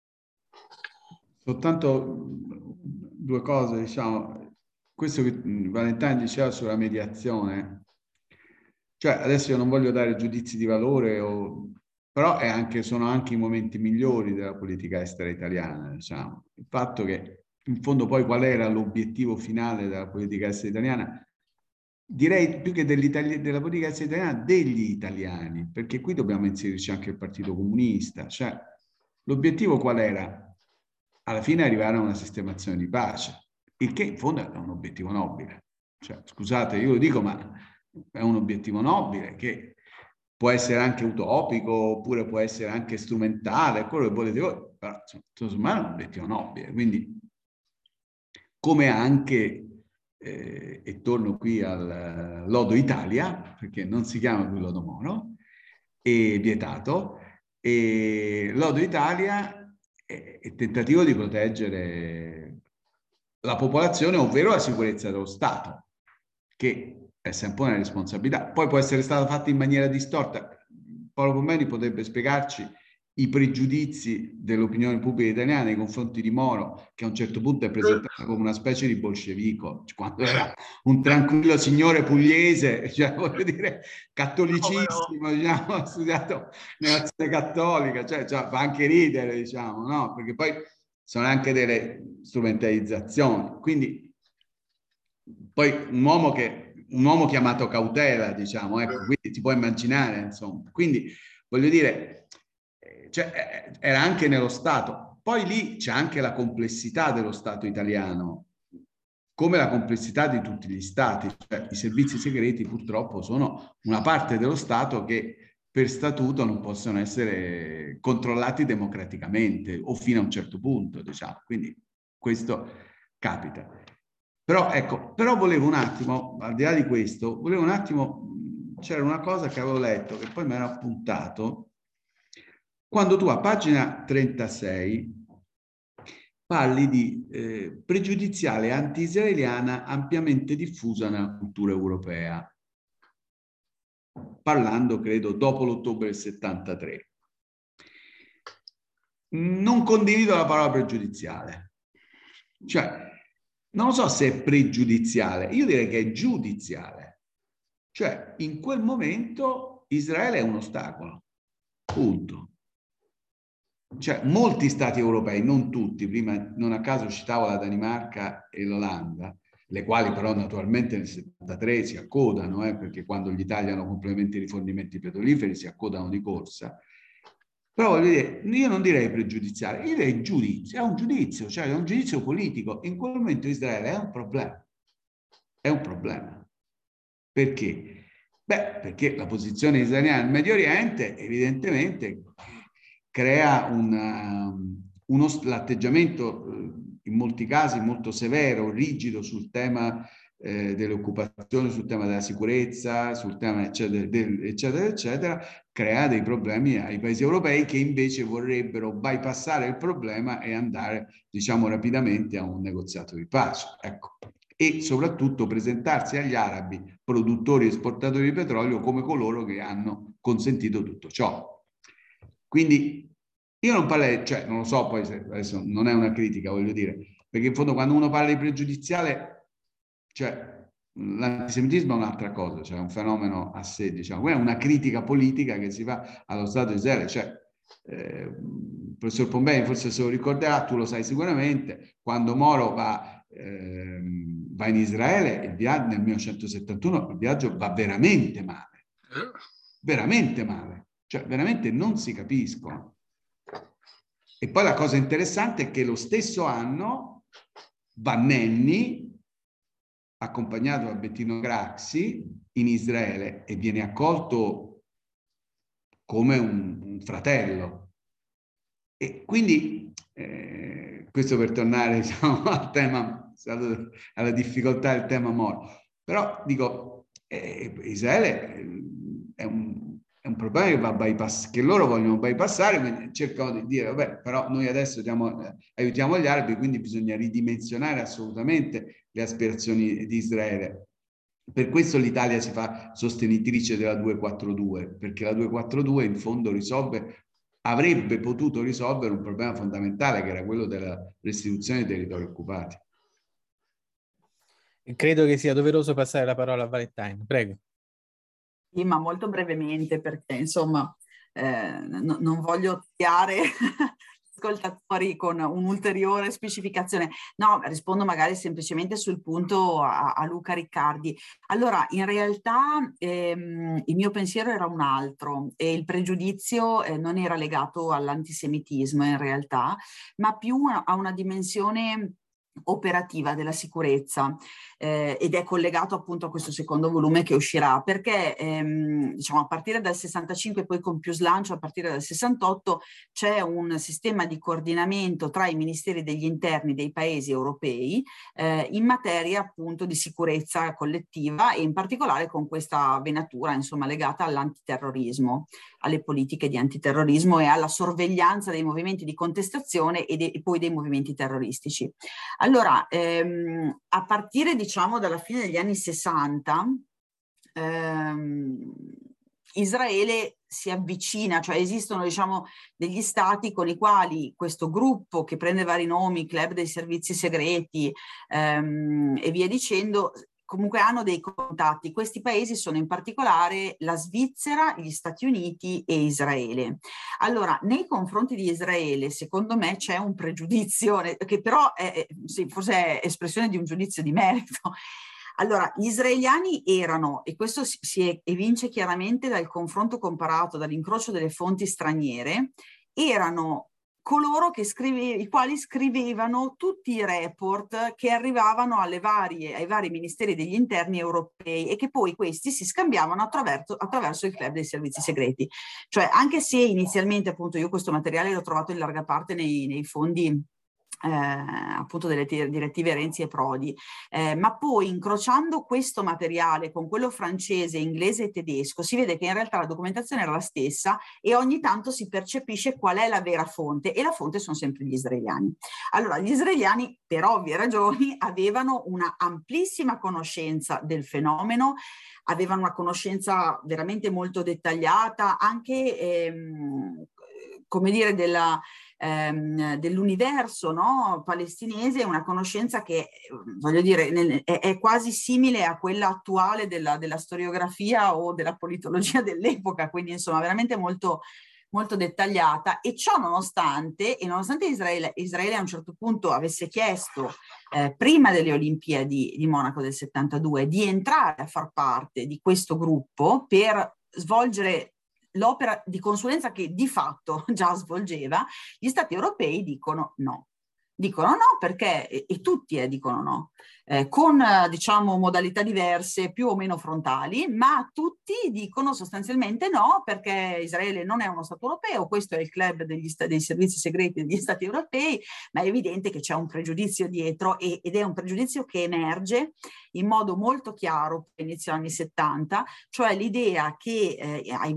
Soltanto due cose, diciamo. Questo che Valentine diceva sulla mediazione, cioè adesso io non voglio dare giudizi di valore, o, però è anche, sono anche i momenti migliori della politica estera italiana, diciamo. Il fatto che in fondo poi qual era l'obiettivo finale della politica estera italiana, direi più che della politica estera italiana, degli italiani, perché qui dobbiamo inserirci anche il Partito Comunista, cioè l'obiettivo qual era? Alla fine arrivare a una sistemazione di pace. Il che in fondo è un obiettivo nobile. Cioè, scusate, io lo dico, ma è un obiettivo nobile che può essere anche utopico, oppure può essere anche strumentale, quello che volete voi, però insomma è un obiettivo nobile. Quindi, come anche, eh, e torno qui al Lodo Italia, perché non si chiama più Lodo Moro, è vietato, e Lodo Italia è il tentativo di proteggere la popolazione, ovvero la sicurezza dello Stato, che è sempre una responsabilità. Poi può essere stata fatta in maniera distorta. Paolo Pombeni potrebbe spiegarci i pregiudizi dell'opinione pubblica italiana nei confronti di Moro, che a un certo punto è presentato come una specie di bolscevico, quando era un tranquillo signore pugliese, cioè voglio dire cattolicissimo, diciamo, ha studiato nell'azione cattolica, cioè, cioè fa anche ridere, diciamo, no? Perché poi sono anche delle strumentalizzazioni. Quindi poi un uomo che un uomo chiamato cautela, diciamo, ecco, quindi ti puoi immaginare, insomma. Quindi voglio dire, cioè, era anche nello Stato. Poi lì c'è anche la complessità dello Stato italiano, come la complessità di tutti gli Stati. Cioè, i servizi segreti purtroppo sono una parte dello Stato che per statuto non possono essere controllati democraticamente o fino a un certo punto, diciamo. Quindi questo capita. Però ecco, però volevo un attimo, al di là di questo, volevo un attimo, c'era una cosa che avevo letto che poi mi ero appuntato. Quando tu a pagina trentasei parli di eh, pregiudiziale anti-israeliana ampiamente diffusa nella cultura europea, parlando, credo, dopo l'ottobre del settantatré. Non condivido la parola pregiudiziale. Cioè, non so se è pregiudiziale, io direi che è giudiziale. Cioè, in quel momento Israele è un ostacolo. Punto. Cioè, molti stati europei, non tutti, prima non a caso citavo la Danimarca e l'Olanda, le quali però naturalmente nel settantatré si accodano, eh, perché quando gli tagliano completamente i rifornimenti petroliferi si accodano di corsa. Però voglio dire, io non direi pregiudiziale, io direi giudizio, è un giudizio, cioè è un giudizio politico. In quel momento Israele è un problema. È un problema. Perché? Beh, perché la posizione israeliana nel Medio Oriente evidentemente crea una, uno, l'atteggiamento in molti casi molto severo, rigido sul tema eh, delle occupazioni, sul tema della sicurezza, sul tema eccetera, del, eccetera, eccetera, crea dei problemi ai paesi europei che invece vorrebbero bypassare il problema e andare, diciamo, rapidamente a un negoziato di pace. Ecco. E soprattutto presentarsi agli arabi, produttori e esportatori di petrolio, come coloro che hanno consentito tutto ciò. Quindi io non parlerei, cioè non lo so, poi se, adesso non è una critica, voglio dire, perché in fondo quando uno parla di pregiudiziale, cioè l'antisemitismo è un'altra cosa, cioè è un fenomeno a sé, diciamo, quella è una critica politica che si fa allo Stato di Israele, cioè eh, il professor Pombei forse se lo ricorderà, tu lo sai sicuramente, quando Moro va, eh, va in Israele, il viaggio nel millenovecentosettantuno, il viaggio va veramente male, veramente male. Cioè, veramente non si capiscono. E poi la cosa interessante è che lo stesso anno Vannelli, accompagnato da Bettino Craxi, in Israele e viene accolto come un, un fratello. E quindi, eh, questo per tornare, diciamo, al tema, alla difficoltà del tema Moro. Però, dico, eh, Israele è un È un problema che va bypass, che loro vogliono bypassare, cercano di dire, vabbè, però noi adesso diamo, eh, aiutiamo gli arabi, quindi bisogna ridimensionare assolutamente le aspirazioni di Israele. Per questo l'Italia si fa sostenitrice della duecentoquarantadue, perché la duecentoquarantadue in fondo risolve, avrebbe potuto risolvere un problema fondamentale, che era quello della restituzione dei territori occupati. Credo che sia doveroso passare la parola a Valentine. Prego. Sì, ma molto brevemente, perché insomma eh, no, non voglio odiare ascoltatori con un'ulteriore specificazione. No, rispondo magari semplicemente sul punto a, a Luca Riccardi. Allora, in realtà ehm, il mio pensiero era un altro e il pregiudizio eh, non era legato all'antisemitismo in realtà, ma più a, a una dimensione operativa della sicurezza eh, ed è collegato appunto a questo secondo volume che uscirà, perché ehm, diciamo a partire dal sessantacinque, poi con più slancio a partire dal sessantotto c'è un sistema di coordinamento tra i ministeri degli interni dei paesi europei eh, in materia appunto di sicurezza collettiva e in particolare con questa venatura insomma legata all'antiterrorismo, alle politiche di antiterrorismo e alla sorveglianza dei movimenti di contestazione e, de- e poi dei movimenti terroristici. Allora, ehm, a partire diciamo dalla fine degli anni sessanta, ehm, Israele si avvicina, cioè esistono diciamo degli stati con i quali questo gruppo che prende vari nomi, club dei servizi segreti ehm, e via dicendo, comunque hanno dei contatti. Questi paesi sono in particolare la Svizzera, gli Stati Uniti e Israele. Allora, nei confronti di Israele, secondo me c'è un pregiudizio, che però è, è, sì, forse è espressione di un giudizio di merito. Allora, gli israeliani erano, e questo si, si evince chiaramente dal confronto comparato, dall'incrocio delle fonti straniere, erano coloro che scrive, i quali scrivevano tutti i report che arrivavano alle varie, ai vari ministeri degli interni europei e che poi questi si scambiavano attraverso, attraverso il club dei servizi segreti. Cioè, anche se inizialmente, appunto, io questo materiale l'ho trovato in larga parte nei, nei fondi Eh, appunto delle direttive Renzi e Prodi, eh, ma poi incrociando questo materiale con quello francese, inglese e tedesco si vede che in realtà la documentazione era la stessa e ogni tanto si percepisce qual è la vera fonte, e la fonte sono sempre gli israeliani. Allora, gli israeliani per ovvie ragioni avevano una amplissima conoscenza del fenomeno, avevano una conoscenza veramente molto dettagliata anche ehm, come dire della Ehm, dell'universo, no, palestinese, una conoscenza che, voglio dire, nel, è, è quasi simile a quella attuale della, della storiografia o della politologia dell'epoca, quindi insomma veramente molto, molto dettagliata. E ciò nonostante, e nonostante Israele, Israele a un certo punto avesse chiesto, eh, prima delle Olimpiadi di Monaco del settantadue, di entrare a far parte di questo gruppo per svolgere l'opera di consulenza che di fatto già svolgeva, gli stati europei dicono no. Dicono no perché, e, e tutti eh, dicono no, eh, con eh, diciamo modalità diverse, più o meno frontali, ma tutti dicono sostanzialmente no perché Israele non è uno Stato europeo, questo è il club degli sta- dei servizi segreti degli Stati europei, ma è evidente che c'è un pregiudizio dietro e, ed è un pregiudizio che emerge in modo molto chiaro inizio anni settanta, cioè l'idea che eh,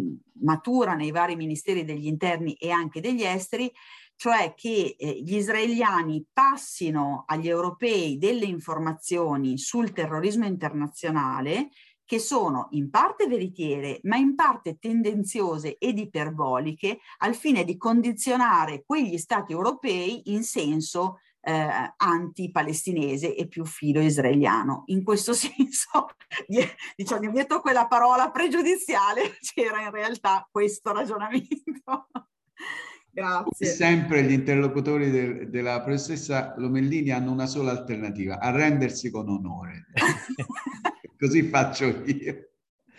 matura nei vari ministeri degli interni e anche degli esteri, cioè che eh, gli israeliani passino agli europei delle informazioni sul terrorismo internazionale che sono in parte veritiere, ma in parte tendenziose ed iperboliche, al fine di condizionare quegli stati europei in senso eh, anti-palestinese e più filo israeliano. In questo senso, diciamo, dietro quella parola pregiudiziale c'era in realtà questo ragionamento. Grazie. Sempre gli interlocutori del, della professoressa Lomellini hanno una sola alternativa: arrendersi con onore. Così faccio io.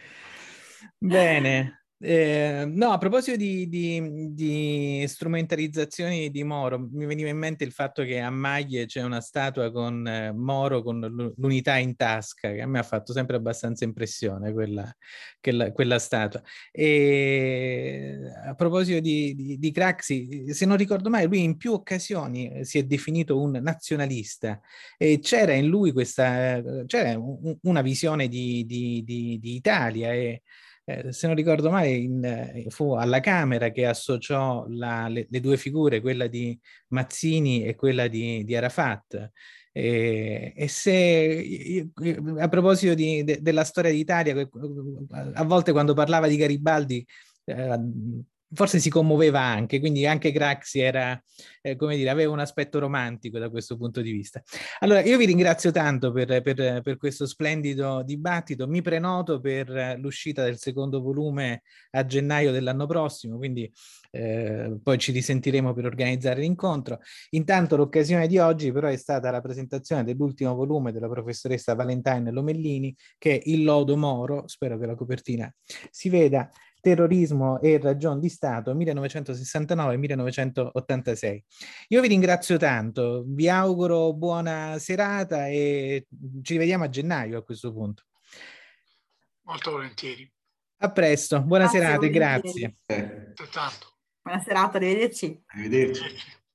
Bene. Eh, no, a proposito di, di, di strumentalizzazioni di Moro, mi veniva in mente il fatto che a Maglie c'è una statua con eh, Moro con l'unità in tasca, che a me ha fatto sempre abbastanza impressione quella, quella, quella statua. E a proposito di, di, di Craxi, se non ricordo male, lui in più occasioni si è definito un nazionalista e c'era in lui questa, c'era un, una visione di, di, di, di Italia e Eh, se non ricordo male, in, fu alla Camera che associò la, le, le due figure, quella di Mazzini e quella di, di Arafat. E, e se, a proposito di, de, della storia d'Italia, a volte quando parlava di Garibaldi, eh, forse si commuoveva anche, quindi anche Craxi era, eh, come dire, aveva un aspetto romantico da questo punto di vista. Allora, io vi ringrazio tanto per, per, per questo splendido dibattito, mi prenoto per l'uscita del secondo volume a gennaio dell'anno prossimo, quindi eh, poi ci risentiremo per organizzare l'incontro. Intanto l'occasione di oggi però è stata la presentazione dell'ultimo volume della professoressa Valentine Lomellini, che è Il lodo Moro, spero che la copertina si veda, Terrorismo e ragion di Stato millenovecentosessantanove millenovecentottantasei. Io vi ringrazio tanto, vi auguro buona serata e ci rivediamo a gennaio a questo punto. Molto volentieri. A presto, buona Grazie, serata e volentieri. grazie. Tanto. Buona serata, arrivederci. Arrivederci.